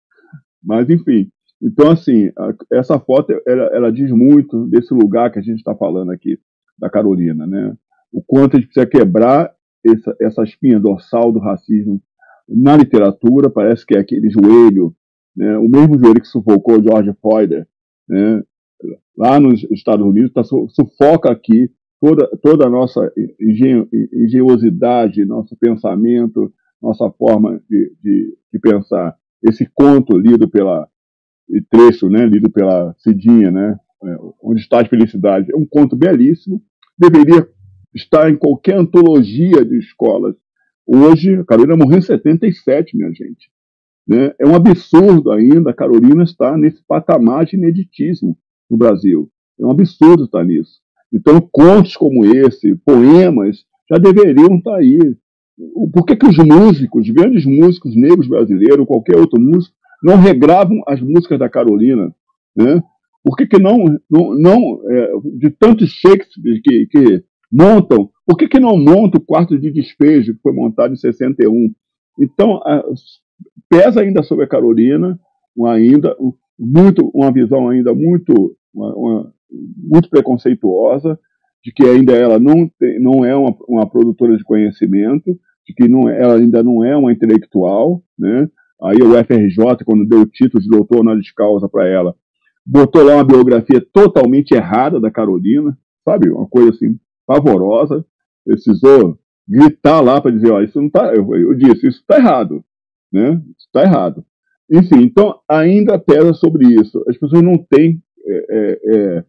Mas, enfim. Então, assim, a, essa foto, ela, ela diz muito desse lugar que a gente está falando aqui, da Carolina, né? O quanto a gente precisa quebrar essa, essa espinha dorsal do racismo na literatura. Parece que é aquele joelho, né, o mesmo joelho que sufocou George Floyd, né, lá nos Estados Unidos, tá, sufoca aqui toda, toda a nossa engen engenhosidade, nosso pensamento, nossa forma de, de, de pensar. Esse conto lido pela, e trecho, né, lido pela Cidinha, né, Onde Está a Felicidade, é um conto belíssimo, deveria estar em qualquer antologia de escolas. Hoje, a Carolina morreu em setenta e sete, minha gente. Né? É um absurdo ainda a Carolina estar nesse patamar de ineditismo no Brasil. É um absurdo estar nisso. Então, contos como esse, poemas, já deveriam estar aí. Por que, que os músicos, grandes músicos negros brasileiros, qualquer outro músico, não regravam as músicas da Carolina? Né? Por que, que não, não, não é, de tantos Shakespeare que, que montam, por que, que não monta o Quarto de Despejo, que foi montado em sessenta e um? Então, a, pesa ainda sobre a Carolina, uma, ainda, muito, uma visão ainda muito, uma, uma, muito preconceituosa, de que ainda ela não, tem, não é uma, uma produtora de conhecimento, de que não, ela ainda não é uma intelectual, né? Aí o F R J, quando deu o título de doutor honoris causa para ela, botou lá uma biografia totalmente errada da Carolina, sabe? Uma coisa assim, pavorosa. Precisou gritar lá para dizer, ó, isso não tá, eu, eu disse, isso está errado, né? Isso está errado. Enfim, então ainda pesa sobre isso. As pessoas não têm é, é,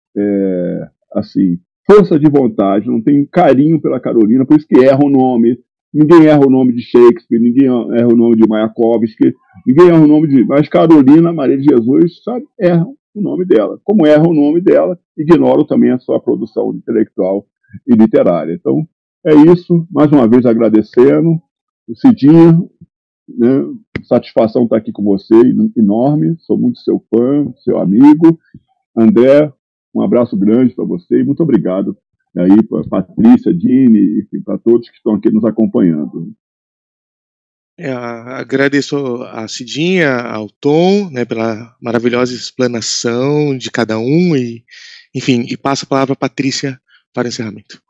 é, assim, força de vontade, não têm carinho pela Carolina, por isso que erram o nome. Ninguém erra o nome de Shakespeare, ninguém erra o nome de Mayakovsky, ninguém erra o nome de... Mas Carolina Maria de Jesus, sabe, erram o nome dela. Como erram o nome dela, ignoram também a sua produção intelectual e literária. Então, é isso. Mais uma vez agradecendo. Cidinha, né, satisfação estar aqui com você, enorme. Sou muito seu fã, seu amigo. André, um abraço grande para você e muito obrigado aí para Patrícia, Dini, e para todos que estão aqui nos acompanhando. É, agradeço a Cidinha, ao Tom, né, pela maravilhosa explanação de cada um e, enfim, e passo a palavra a Patrícia para o encerramento.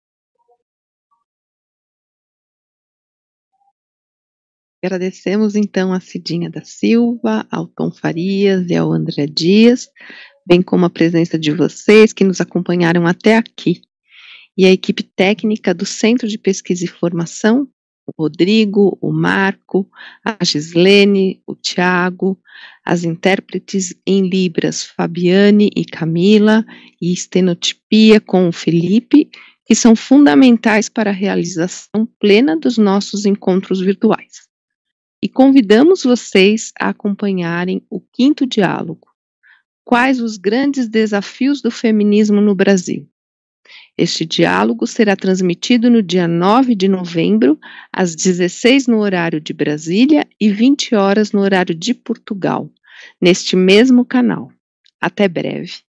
Agradecemos então a Cidinha da Silva, ao Tom Farias e ao André Dias, bem como a presença de vocês que nos acompanharam até aqui. E a equipe técnica do Centro de Pesquisa e Formação, o Rodrigo, o Marco, a Gislene, o Tiago, as intérpretes em Libras, Fabiane e Camila, e estenotipia com o Felipe, que são fundamentais para a realização plena dos nossos encontros virtuais. E convidamos vocês a acompanharem o quinto diálogo. Quais os grandes desafios do feminismo no Brasil? Este diálogo será transmitido no dia nove de novembro, às dezesseis no horário de Brasília e vinte horas no horário de Portugal, neste mesmo canal. Até breve.